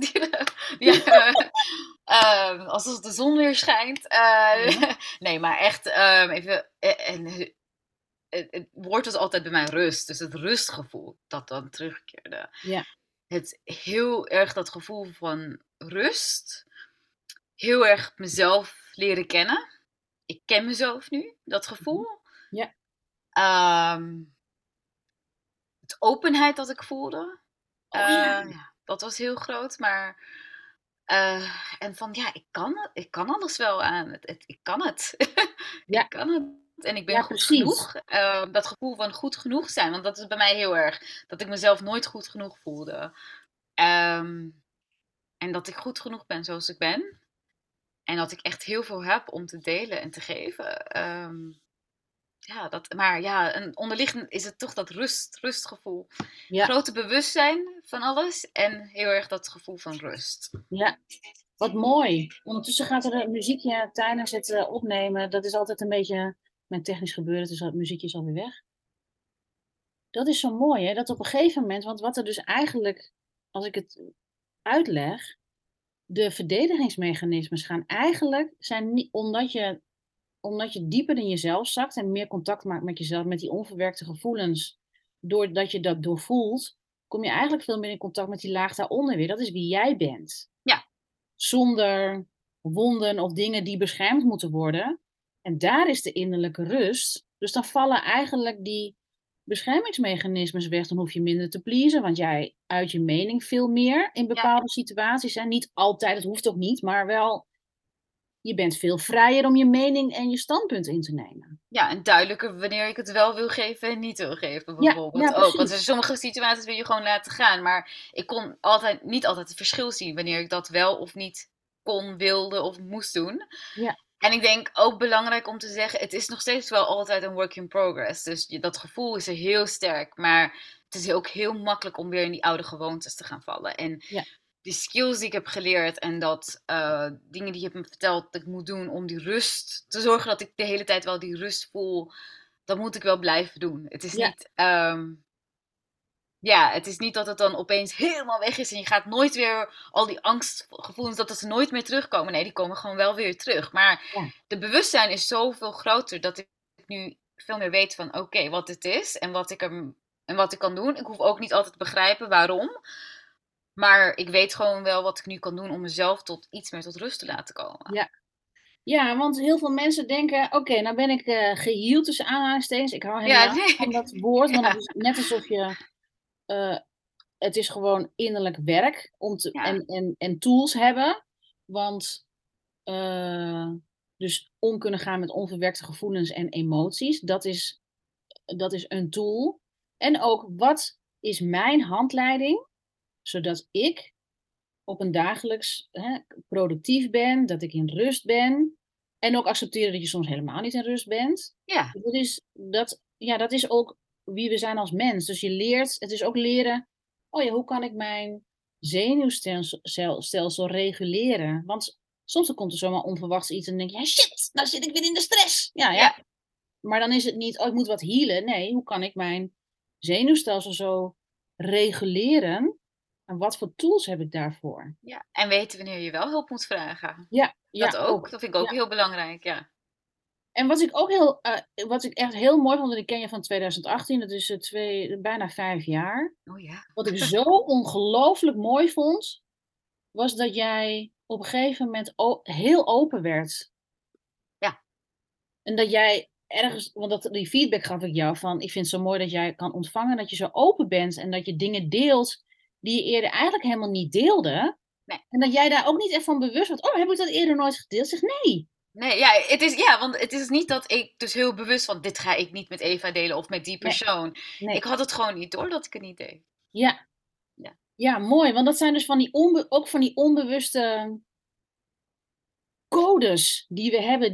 alsof de zon weer schijnt. Nee, maar echt even... het woord was altijd bij mij rust. Dus het rustgevoel dat dan terugkeerde. Ja. Het heel erg dat gevoel van rust. Heel erg mezelf leren kennen. Ik ken mezelf nu, dat gevoel. Ja. Het openheid dat ik voelde. Ja. Dat was heel groot, maar... en van, ja, ik kan alles wel aan. Ik kan het. Ja. Ik kan het. En ik ben goed genoeg. Dat gevoel van goed genoeg zijn. Want dat is bij mij heel erg. Dat ik mezelf nooit goed genoeg voelde. En dat ik goed genoeg ben zoals ik ben. En dat ik echt heel veel heb om te delen en te geven. Maar en onderliggend is het toch dat rustgevoel. Ja. Grote bewustzijn van alles. En heel erg dat gevoel van rust. Ja. Wat mooi. Ondertussen gaat er een muziekje tijdens het opnemen. Dat is altijd een beetje mijn technisch gebeuren. Dus het muziekje is alweer weg. Dat is zo mooi, hè? Dat op een gegeven moment... Want wat er dus eigenlijk, als ik het uitleg... De verdedigingsmechanismes gaan eigenlijk... zijn niet, omdat je dieper in jezelf zakt... en meer contact maakt met jezelf... met die onverwerkte gevoelens... doordat je dat doorvoelt... kom je eigenlijk veel meer in contact met die laag daaronder weer. Dat is wie jij bent. Ja. zonder wonden of dingen die beschermd moeten worden. En daar is de innerlijke rust. Dus dan vallen eigenlijk die beschermingsmechanismes weg. Dan hoef je minder te pleasen, want jij uit je mening veel meer in Ja. bepaalde situaties. En niet altijd, dat hoeft ook niet, maar wel, je bent veel vrijer om je mening en je standpunt in te nemen. Ja, en duidelijker wanneer ik het wel wil geven en niet wil geven, Ja, bijvoorbeeld ja, ook. Want precies. in sommige situaties wil je gewoon laten gaan. Maar ik kon niet altijd het verschil zien wanneer ik dat wel of niet kon, wilde of moest doen. Ja, En ik denk ook belangrijk om te zeggen, het is nog steeds wel altijd een work in progress. Dus dat gevoel is er heel sterk. Maar het is ook heel makkelijk om weer in die oude gewoontes te gaan vallen. En ja, die skills die ik heb geleerd en dat dingen die je hebt me verteld dat ik moet doen om die rust te zorgen dat ik de hele tijd wel die rust voel, dat moet ik wel blijven doen. Het is ja, niet, ja, het is niet dat het dan opeens helemaal weg is en je gaat nooit weer al die angstgevoelens dat ze nooit meer terugkomen. Nee, die komen gewoon wel weer terug. Maar ja, de bewustzijn is zoveel groter dat ik nu veel meer weet van oké, wat het is en wat ik kan doen. Ik hoef ook niet altijd te begrijpen waarom. Maar ik weet gewoon wel wat ik nu kan doen om mezelf tot iets meer tot rust te laten komen. ja. Ja, want heel veel mensen denken, oké, nou ben ik geheeld tussen aanhalingstekens. Ik hou Ja, helemaal niet nee. van dat woord, want het Ja, is net alsof je, eh, het is gewoon innerlijk werk ja, en tools hebben. Want dus om kunnen gaan met onverwerkte gevoelens en emoties, dat is een tool. En ook, wat is mijn handleiding, zodat ik op een dagelijks productief ben, dat ik in rust ben. En ook accepteren dat je soms helemaal niet in rust bent. ja, Dat is ook wie we zijn als mens. Dus je leert, het is ook leren, oh ja, hoe kan ik mijn zenuwstelsel reguleren? Want soms dan komt er zomaar onverwachts iets en dan denk je, ja, shit, nou zit ik weer in de stress. Ja, ja, ja. Maar dan is het niet, oh, ik moet wat healen. Nee, hoe kan ik mijn zenuwstelsel zo reguleren? En wat voor tools heb ik daarvoor? ja. En weten wanneer je wel hulp moet vragen. Ja, Dat ja, ook. ook. Dat vind ik ook Ja. heel belangrijk, ja. En wat ik echt heel mooi vond, en ik ken je van 2018, dat is bijna 5 jaar. Oh ja. Wat ik zo ongelooflijk mooi vond, was dat jij op een gegeven moment heel open werd. Ja, En dat jij ergens, want die feedback gaf ik jou van, ik vind het zo mooi dat jij kan ontvangen, dat je zo open bent en dat je dingen deelt die je eerder eigenlijk helemaal niet deelde. nee. En dat jij daar ook niet echt van bewust was. Oh, heb ik dat eerder nooit gedeeld? Zeg nee. Nee, want het is niet dat ik dus heel bewust van dit ga ik niet met Eva delen of met die Nee, persoon. Ik nee. had het gewoon niet door dat ik het niet deed. Ja, Ja, ja, mooi. Want dat zijn dus ook van die onbewuste codes die we hebben,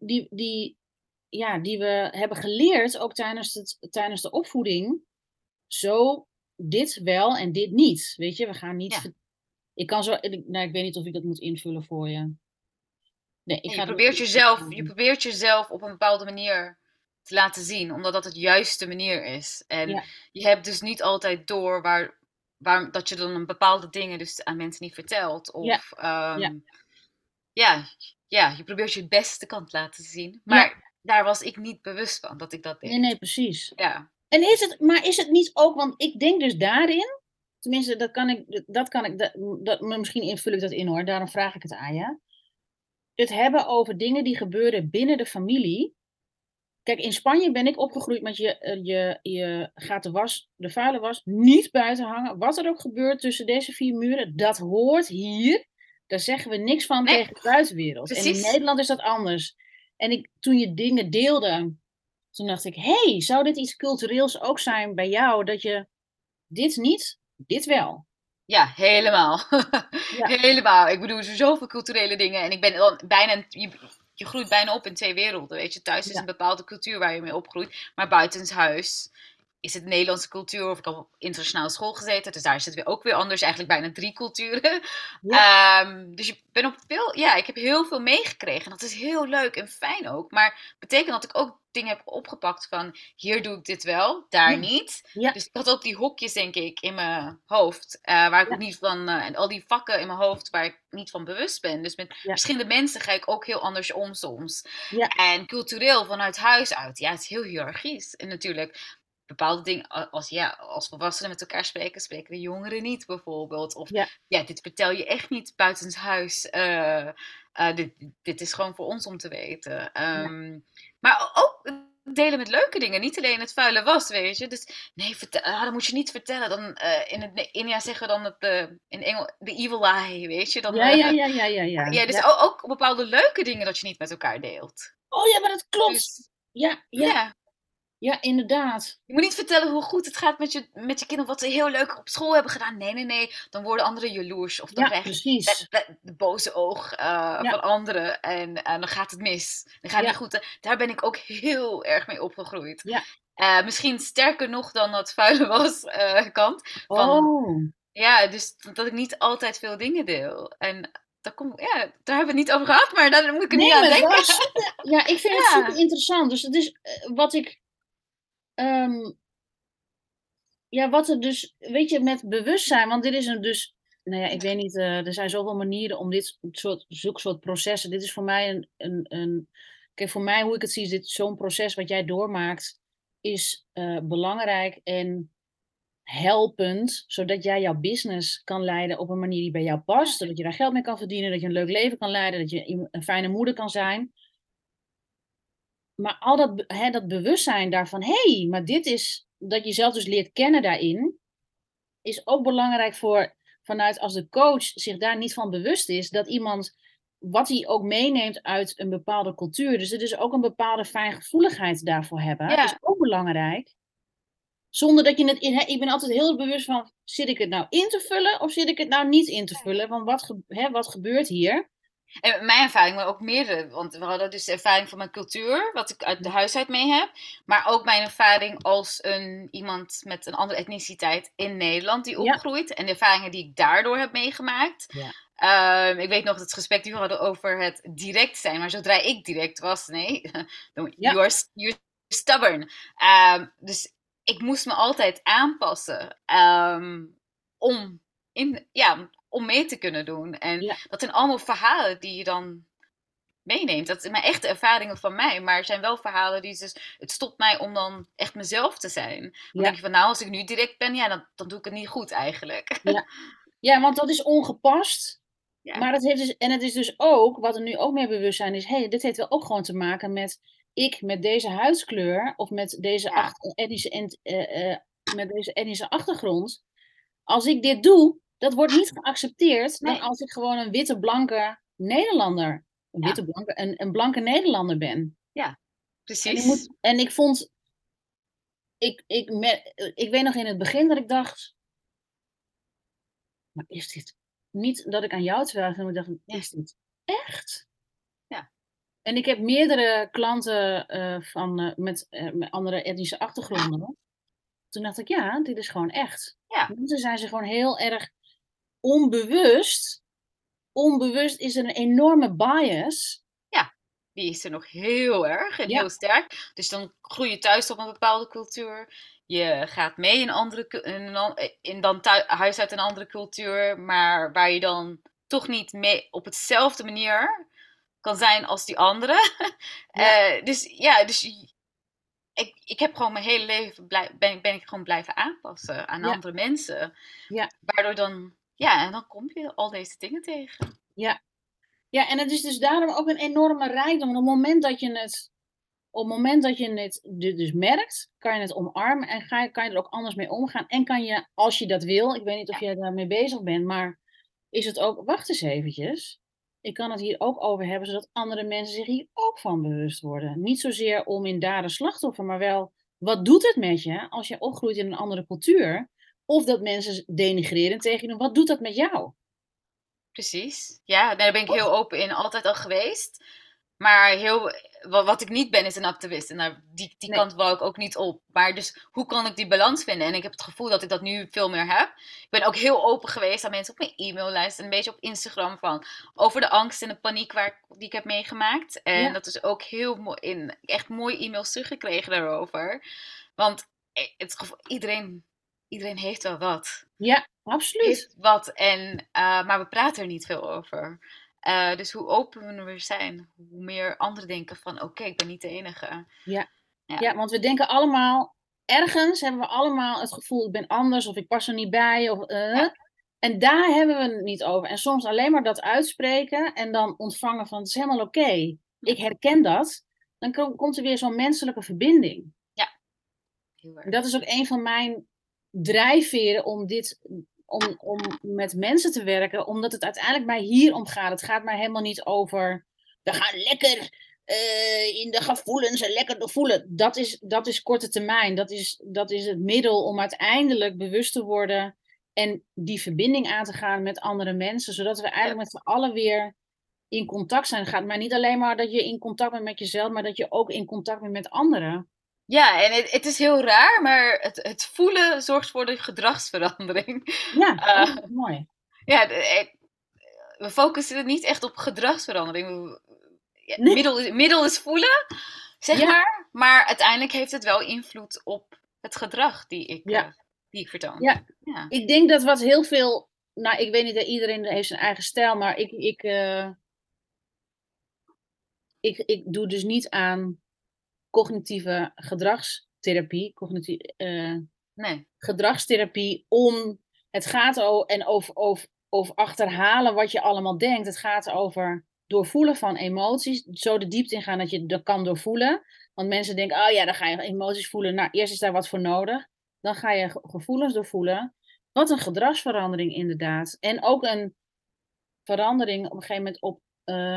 die we hebben geleerd, ook tijdens de opvoeding. Zo, dit wel en dit niet. Weet je, we gaan niet. ja. Ik kan zo. Nou, ik weet niet of ik dat moet invullen voor je. Nee, ik En ga het niet invullen. je probeert jezelf op een bepaalde manier te laten zien, omdat dat het juiste manier is. En Ja, je hebt dus niet altijd door dat je dan een bepaalde dingen dus aan mensen niet vertelt. ja, Of ja, ja, ja, je probeert je beste kant te laten zien. ja. Maar daar was ik niet bewust van dat ik dat Nee, deed. nee, precies. Ja, En is het niet ook, want ik denk dus daarin, tenminste, misschien invul ik dat in hoor, daarom vraag ik het aan je. Het hebben over dingen die gebeuren binnen de familie. Kijk, in Spanje ben ik opgegroeid met je gaat de vuile was niet buiten hangen. Wat er ook gebeurt tussen deze 4 muren, dat hoort hier. Daar zeggen we niks van nee, tegen de buitenwereld. En in precies. Nederland is dat anders. En toen je dingen deelde, toen dacht ik, hey, zou dit iets cultureels ook zijn bij jou? Dat je dit niet, dit wel. Ja, helemaal. Ja, Helemaal. Ik bedoel, er zijn zoveel culturele dingen. En ik ben dan bijna, je groeit bijna op in twee werelden. Weet je, thuis is ja, een bepaalde cultuur waar je mee opgroeit. Maar buitenshuis is het Nederlandse cultuur. Of ik heb op internationale school gezeten. Dus daar is het weer ook weer anders. Eigenlijk bijna 3 culturen. ja, Dus je bent op veel, ja, ik heb heel veel meegekregen. Dat is heel leuk en fijn ook. Maar betekent dat ik ook dingen heb opgepakt van hier doe ik dit wel, daar ja, niet. ja, Dus ik had ook die hokjes, denk ik, in mijn hoofd. Waar ik ook ja, niet van. En al die vakken in mijn hoofd waar ik niet van bewust ben. Dus met ja, verschillende mensen ga ik ook heel anders om soms. ja, En cultureel vanuit huis uit. Ja, het is heel hiërarchisch. En natuurlijk. bepaalde dingen, als volwassenen met elkaar spreken, spreken de jongeren niet bijvoorbeeld. Of Ja, dit vertel je echt niet buitenshuis. Dit is gewoon voor ons om te weten. ja. Maar ook delen met leuke dingen, niet alleen het vuile was, weet je. Dus nee, dat moet je niet vertellen. Dan in het India zeggen we dan in Engels de evil eye, weet je. Dan, Ja, ja, ja, ja, ja, ja. ja, dus Ja. ook bepaalde leuke dingen dat je niet met elkaar deelt. Oh ja, maar dat klopt. Dus Ja, ja, ja. ja, inderdaad. Je moet niet vertellen hoe goed het gaat met je kinderen, wat ze heel leuk op school hebben gedaan. Nee, nee, nee. Dan worden anderen jaloers. Of dan Ja, krijg je precies. de boze oog Ja, van anderen. En dan gaat het mis. Dan gaat het ja, niet goed. Daar ben ik ook heel erg mee opgegroeid. ja. Misschien sterker nog dan dat vuile was kant. Van, Oh. ja, dus dat ik niet altijd veel dingen deel. En daar hebben we het niet over gehad, maar daar moet ik er nu Nee, aan maar het denken. was super. Ja, ik vind het Ja, super interessant. Dus het is wat ik. ehm, ja, wat er dus. Weet je, met bewustzijn. Want dit is een dus. Nou ja, ik weet niet. Er zijn zoveel manieren om zulke soort processen. Dit is voor mij een. Kijk, voor mij, hoe ik het zie, is dit zo'n proces wat jij doormaakt. Is belangrijk en helpend, zodat jij jouw business kan leiden op een manier die bij jou past, zodat je daar geld mee kan verdienen, dat je een leuk leven kan leiden, dat je een fijne moeder kan zijn. Maar al dat bewustzijn daarvan, hé, maar dit is, dat je jezelf dus leert kennen daarin, is ook belangrijk vanuit als de coach zich daar niet van bewust is, dat iemand, wat hij ook meeneemt uit een bepaalde cultuur, dus er dus ook een bepaalde fijngevoeligheid daarvoor hebben, is ja. ook belangrijk. Zonder dat je het in. Ik ben altijd heel bewust van. Zit ik het nou in te vullen of zit ik het nou niet in te vullen? Want wat gebeurt hier? En mijn ervaring, maar ook meerdere. Want we hadden dus de ervaring van mijn cultuur, wat ik uit de huisheid mee heb. Maar ook mijn ervaring als iemand met een andere etniciteit in Nederland die Ja, opgroeit. En de ervaringen die ik daardoor heb meegemaakt. ja, Ik weet nog het gesprek die we hadden over het direct zijn. Maar zodra ik direct was, nee, ja, you're stubborn. Dus ik moest me altijd aanpassen om, om mee te kunnen doen. En ja, dat zijn allemaal verhalen die je dan meeneemt. Dat zijn mijn echte ervaringen van mij. Maar er zijn wel verhalen die dus... Het stopt mij om dan echt mezelf te zijn. Dan denk ja, je van, nou, als ik nu direct ben, ja, dan doe ik het niet goed eigenlijk. ja. Ja, want dat is ongepast. Ja, Maar dat heeft dus, en het is dus ook, wat er nu ook meer bewustzijn is, dit heeft wel ook gewoon te maken met ik met deze huidskleur of met deze ja, met deze etnische achtergrond. Als ik dit doe, dat wordt niet geaccepteerd dan nee, als ik gewoon een witte, blanke Nederlander, ja, een blanke Nederlander ben. ja, En precies. ik vond, ik weet nog in het begin dat ik dacht, maar is dit niet dat ik aan jou twijfelde, maar ik dacht, Ja, is dit echt? ja, En ik heb meerdere klanten met andere etnische achtergronden. Toen dacht ik, ja, dit is gewoon echt. ja, Mensen zijn zich gewoon heel erg onbewust. Onbewust is er een enorme bias. ja. Die is er nog heel erg en Ja, heel sterk. Dus dan groei je thuis op een bepaalde cultuur. Je gaat mee in andere huis uit een andere cultuur, maar waar je dan toch niet mee op hetzelfde manier kan zijn als die andere. ja, Dus ik heb gewoon mijn hele leven ben ik gewoon blijven aanpassen aan ja, andere mensen. ja, Waardoor dan, ja, en dan kom je al deze dingen tegen. ja. Ja, en het is dus daarom ook een enorme rijkdom. Op het moment dat je het dus merkt, kan je het omarmen en kan je er ook anders mee omgaan. En kan je, als je dat wil, ik weet niet of Ja, jij daarmee bezig bent, maar is het ook, wacht eens eventjes. Ik kan het hier ook over hebben, zodat andere mensen zich hier ook van bewust worden. Niet zozeer om in daden slachtoffer, maar wel, wat doet het met je als je opgroeit in een andere cultuur? Of dat mensen denigreren tegen je doen, wat doet dat met jou? precies. Ja, daar ben ik heel open in, altijd al geweest. Maar wat ik niet ben, is een activist. En die Nee, kant wou ik ook niet op. Maar dus, hoe kan ik die balans vinden? En ik heb het gevoel dat ik dat nu veel meer heb. Ik ben ook heel open geweest aan mensen op mijn e-maillijst. En een beetje op Instagram over de angst en de paniek die ik heb meegemaakt. En ja, dat is ook heel mooi, echt mooie e-mails teruggekregen daarover. Want iedereen heeft wel wat. ja, absoluut. Heeft wat, maar we praten er niet veel over. Dus hoe open we zijn, hoe meer anderen denken van oké, ik ben niet de enige. Ja. Ja, Ja, want we denken allemaal, ergens hebben we allemaal het gevoel, ik ben anders of ik pas er niet bij. Ja. En daar hebben we het niet over. En soms alleen maar dat uitspreken en dan ontvangen van het is helemaal oké. Ik herken dat. Dan komt er weer zo'n menselijke verbinding. Ja, heel En erg. dat is ook een van mijn drijfveren om met mensen te werken, omdat het uiteindelijk mij hier om gaat. Het gaat mij helemaal niet over, we gaan lekker in de gevoelens en lekker voelen. Dat is korte termijn. Dat is het middel om uiteindelijk bewust te worden en die verbinding aan te gaan met andere mensen, zodat we eigenlijk met z'n allen weer in contact zijn. Het gaat mij niet alleen maar dat je in contact bent met jezelf, maar dat je ook in contact bent met anderen. Ja, en het is heel raar, maar het voelen zorgt voor de gedragsverandering. Ja, dat is mooi. Ja, we focussen niet echt op gedragsverandering. Nee. Middel is voelen, zeg Ja. maar. Maar uiteindelijk heeft het wel invloed op het gedrag die ik vertoon. Ja, Ja. ik denk dat wat heel veel. Nou, ik weet niet, iedereen heeft zijn eigen stijl, maar ik doe dus niet aan cognitieve gedragstherapie. Nee. Gedragstherapie om. Het gaat over achterhalen wat je allemaal denkt. Het gaat over doorvoelen van emoties. Zo de diepte in gaan dat je dat kan doorvoelen. Want mensen denken, oh ja, dan ga je emoties voelen. Nou, eerst is daar wat voor nodig. Dan ga je gevoelens doorvoelen. Wat een gedragsverandering inderdaad. En ook een verandering op een gegeven moment op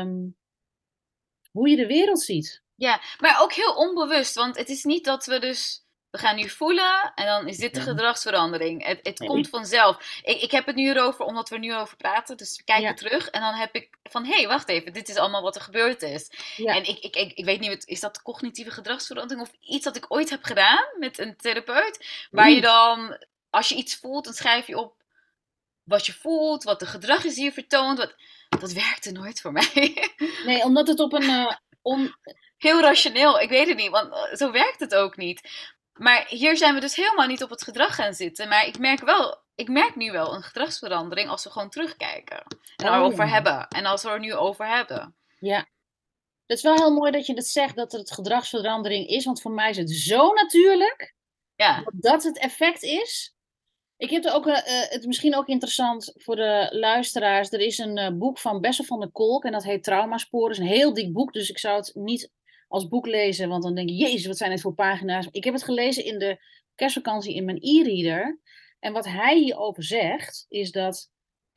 hoe je de wereld ziet. Ja, maar ook heel onbewust. Want het is niet dat we gaan nu voelen en dan is dit de gedragsverandering. Het komt vanzelf. Ik heb het nu erover omdat we er nu over praten. Dus we kijken terug en dan heb ik van, hé, wacht even. Dit is allemaal wat er gebeurd is. Ja. En ik weet niet, is dat cognitieve gedragsverandering of iets dat ik ooit heb gedaan met een therapeut? Waar je dan, als je iets voelt, dan schrijf je op wat je voelt, wat de gedrag is die je vertoont. Dat werkte nooit voor mij. Nee, omdat het op een... Heel rationeel, ik weet het niet, want zo werkt het ook niet. Maar hier zijn we dus helemaal niet op het gedrag gaan zitten. Maar ik merk nu wel een gedragsverandering als we gewoon terugkijken. En erover hebben. En als we er nu over hebben. Ja. Het is wel heel mooi dat je dat zegt, dat het gedragsverandering is. Want voor mij is het zo natuurlijk dat het effect is. Ik heb er ook, het is misschien ook interessant voor de luisteraars. Er is een boek van Bessel van der Kolk en dat heet Traumasporen. Het is een heel dik boek, dus ik zou het niet als boek lezen. Want dan denk je, jezus, wat zijn het voor pagina's. Ik heb het gelezen in de kerstvakantie in mijn e-reader. En wat hij hierover zegt, is dat...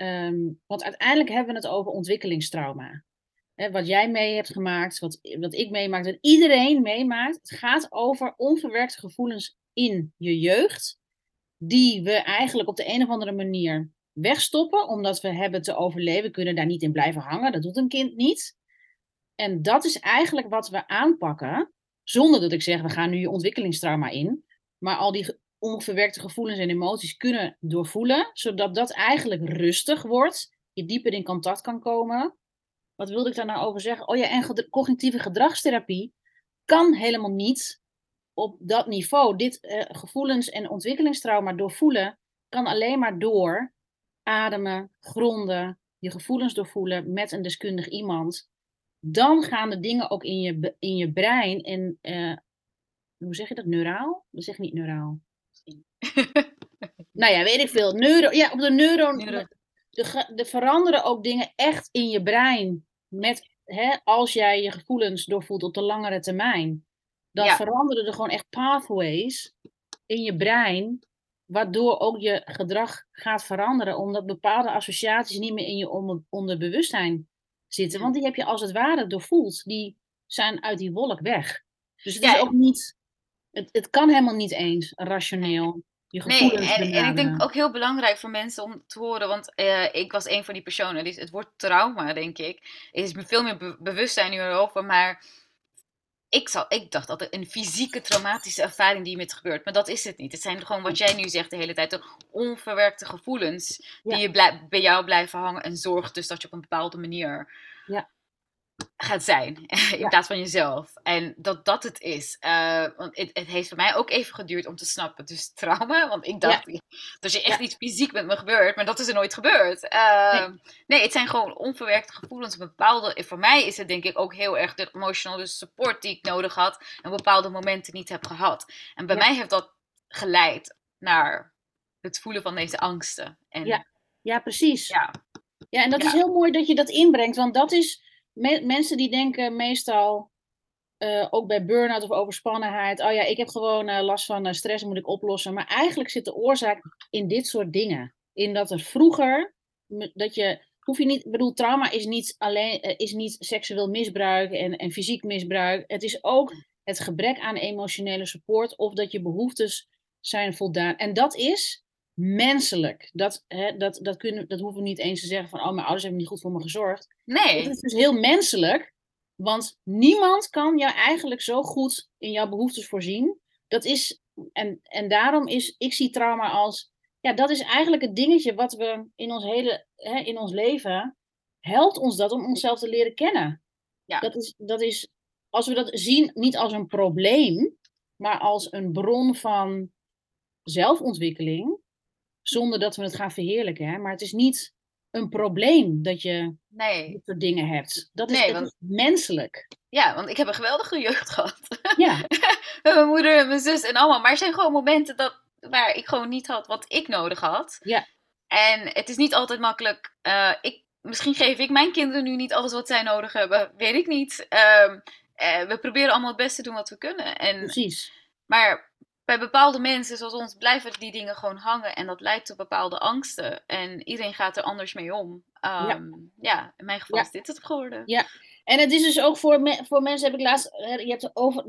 want uiteindelijk hebben we het over ontwikkelingstrauma. Wat jij mee hebt gemaakt, wat ik meemaak, wat iedereen meemaakt. Het gaat over onverwerkte gevoelens in je jeugd. Die we eigenlijk op de een of andere manier wegstoppen. Omdat we hebben te overleven. We kunnen daar niet in blijven hangen. Dat doet een kind niet. En dat is eigenlijk wat we aanpakken. Zonder dat ik zeg, we gaan nu je ontwikkelingstrauma in. Maar al die onverwerkte gevoelens en emoties kunnen doorvoelen. Zodat dat eigenlijk rustig wordt. Je dieper in contact kan komen. Wat wilde ik daar nou over zeggen? Oh ja, en cognitieve gedragstherapie kan helemaal niet op dat niveau. Dit gevoelens- en ontwikkelingstrauma doorvoelen kan alleen maar door ademen, gronden, je gevoelens doorvoelen met een deskundig iemand. Dan gaan de dingen ook in je brein en hoe zeg je dat? Neuraal? Dat zeg ik niet neuraal. Nou ja, weet ik veel. Op de neuron. Er veranderen ook dingen echt in je brein. Als jij je gevoelens doorvoelt op de langere termijn. Dan veranderen er gewoon echt pathways in je brein. Waardoor ook je gedrag gaat veranderen. Omdat bepaalde associaties niet meer in je onderbewustzijn zitten. Want die heb je als het ware doorvoeld. Die zijn uit die wolk weg. Dus het is ook niet... Het kan helemaal niet eens rationeel. Nee, en ik denk ook heel belangrijk voor mensen om te horen, want ik was een van die personen. Dus het woord trauma, denk ik, is veel meer bewustzijn nu erover. Maar ik dacht altijd een fysieke traumatische ervaring die met gebeurt. Maar dat is het niet. Het zijn gewoon wat jij nu zegt de hele tijd, de onverwerkte gevoelens die bij jou blijven hangen. En zorgt dus dat je op een bepaalde manier gaat zijn in plaats van jezelf. En dat het is. Want het heeft voor mij ook even geduurd om te snappen. Dus trauma, want ik dacht dat je echt iets fysiek met me gebeurt, maar dat is er nooit gebeurd. Nee, het zijn gewoon onverwerkte gevoelens. Voor mij is het denk ik ook heel erg de emotional support die ik nodig had en bepaalde momenten niet heb gehad. En bij mij heeft dat geleid naar het voelen van deze angsten. En, ja, precies. Ja, en dat is heel mooi dat je dat inbrengt. Want dat is... mensen die denken meestal... ook bij burn-out of overspannenheid. Oh ja, ik heb gewoon last van stress, moet ik oplossen. Maar eigenlijk zit de oorzaak in dit soort dingen. In dat er vroeger... dat je... hoef je niet... Ik bedoel, trauma is niet alleen... is niet seksueel misbruik en fysiek misbruik. Het is ook het gebrek aan emotionele support. Of dat je behoeftes zijn voldaan. En dat is menselijk. Dat hoeven we niet eens te zeggen van... oh, mijn ouders hebben niet goed voor me gezorgd. nee. Het is dus heel menselijk... Want niemand kan jou eigenlijk zo goed in jouw behoeftes voorzien. Dat is, en daarom is, ik zie trauma als, ja, dat is eigenlijk het dingetje wat we in ons leven, helpt ons dat om onszelf te leren kennen. Ja. Dat is, als we dat zien, niet als een probleem, maar als een bron van zelfontwikkeling, zonder dat we het gaan verheerlijken. Hè? Maar het is niet een probleem dat je dit soort dingen hebt. Dat is menselijk. Ja, want ik heb een geweldige jeugd gehad. Ja. Mijn moeder en mijn zus en allemaal. Maar er zijn gewoon momenten waar ik gewoon niet had wat ik nodig had. Ja. En het is niet altijd makkelijk. Misschien geef ik mijn kinderen nu niet alles wat zij nodig hebben. Weet ik niet. We proberen allemaal het beste te doen wat we kunnen. Precies. Maar bij bepaalde mensen zoals ons blijven die dingen gewoon hangen. En dat leidt tot bepaalde angsten. En iedereen gaat er anders mee om. In mijn geval is dit het geworden. Ja, en het is dus ook voor mensen, heb ik laatst... Je hebt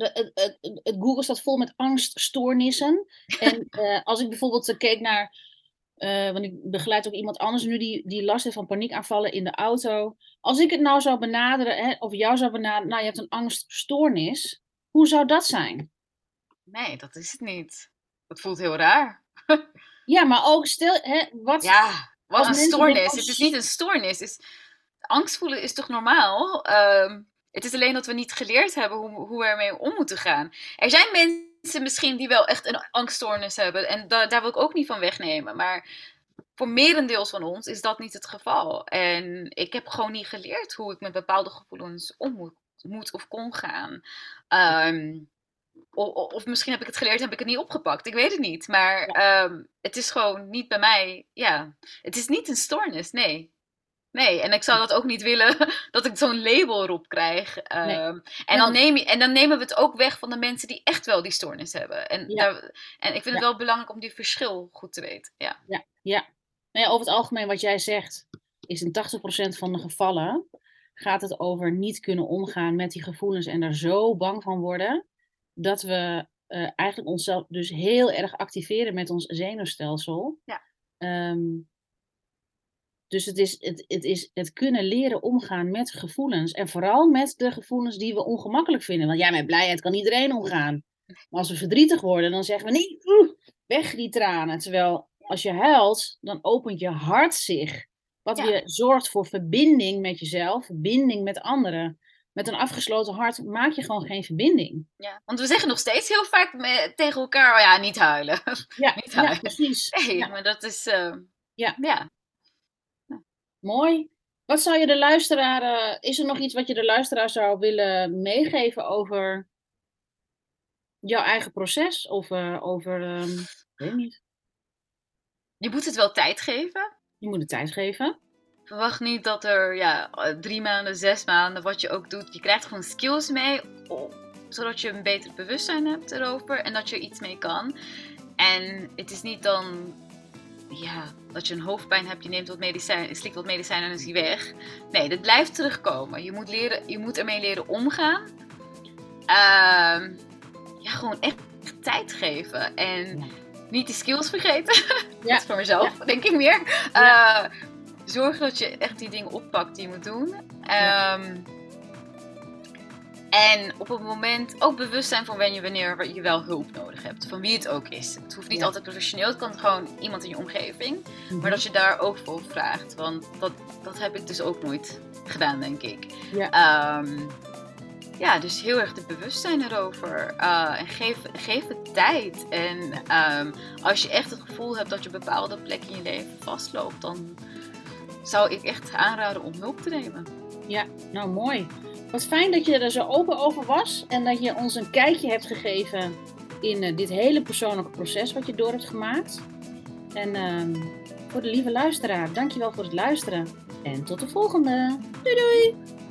het Google staat vol met angststoornissen. En als ik bijvoorbeeld keek naar... want ik begeleid ook iemand anders nu die last heeft van paniekaanvallen in de auto. Als ik het nou zou benaderen, of jou zou benaderen... Nou, je hebt een angststoornis. Hoe zou dat zijn? Nee, dat is het niet. Dat voelt heel raar. Ja, maar ook stel... wat een stoornis. Het is niet een stoornis. Angst voelen is toch normaal? Het is alleen dat we niet geleerd hebben hoe we ermee om moeten gaan. Er zijn mensen misschien die wel echt een angststoornis hebben. En daar wil ik ook niet van wegnemen. Maar voor merendeels van ons is dat niet het geval. En ik heb gewoon niet geleerd hoe ik met bepaalde gevoelens om moet of kon gaan. Of misschien heb ik het geleerd en heb ik het niet opgepakt. Ik weet het niet. Maar het is gewoon niet bij mij. Ja, het is niet een stoornis, nee. Nee, en ik zou dat ook niet willen dat ik zo'n label erop krijg. En dan nemen we het ook weg van de mensen die echt wel die stoornis hebben. En ik vind het wel belangrijk om die verschil goed te weten. Ja. Nou ja, over het algemeen wat jij zegt, is in 80% van de gevallen gaat het over niet kunnen omgaan met die gevoelens en daar zo bang van worden, dat we eigenlijk onszelf dus heel erg activeren met ons zenuwstelsel. Ja. Dus het is het kunnen leren omgaan met gevoelens. En vooral met de gevoelens die we ongemakkelijk vinden. Want met blijheid kan iedereen omgaan. Maar als we verdrietig worden, dan zeggen we nee, weg die tranen. Terwijl als je huilt, dan opent je hart zich. Wat weer zorgt voor verbinding met jezelf, verbinding met anderen. Met een afgesloten hart maak je gewoon geen verbinding. Ja, want we zeggen nog steeds heel vaak tegen elkaar, niet huilen. Niet huilen. Ja, precies. Nee, maar dat is... Mooi. Wat zou je de luisteraar... is er nog iets wat je de luisteraar zou willen meegeven over jouw eigen proces? Of ik weet niet. Je moet het wel tijd geven. Je moet het tijd geven. Verwacht niet dat er 3 maanden, 6 maanden, wat je ook doet. Je krijgt gewoon skills mee, zodat je een beter bewustzijn hebt erover en dat je er iets mee kan. En het is niet dan dat je een hoofdpijn hebt, je neemt wat medicijn, je slikt wat medicijn en dan is die weg. Nee, dat blijft terugkomen. Je moet ermee leren omgaan. Gewoon echt tijd geven. En niet die skills vergeten. Dat is voor mezelf, denk ik meer. Zorg dat je echt die dingen oppakt die je moet doen. En op het moment ook bewust zijn van wanneer je wel hulp nodig hebt. Van wie het ook is. Het hoeft niet altijd professioneel. Het kan gewoon iemand in je omgeving. Mm-hmm. Maar dat je daar ook voor vraagt. Want dat heb ik dus ook nooit gedaan, denk ik. Dus heel erg de bewustzijn erover. En geef het tijd. En als je echt het gevoel hebt dat je bepaalde plekken in je leven vastloopt, dan zou ik echt aanraden om hulp te nemen. Ja, nou mooi. Wat fijn dat je er zo open over was en dat je ons een kijkje hebt gegeven in dit hele persoonlijke proces wat je door hebt gemaakt. En voor de lieve luisteraar, dankjewel voor het luisteren. En tot de volgende. Doei doei!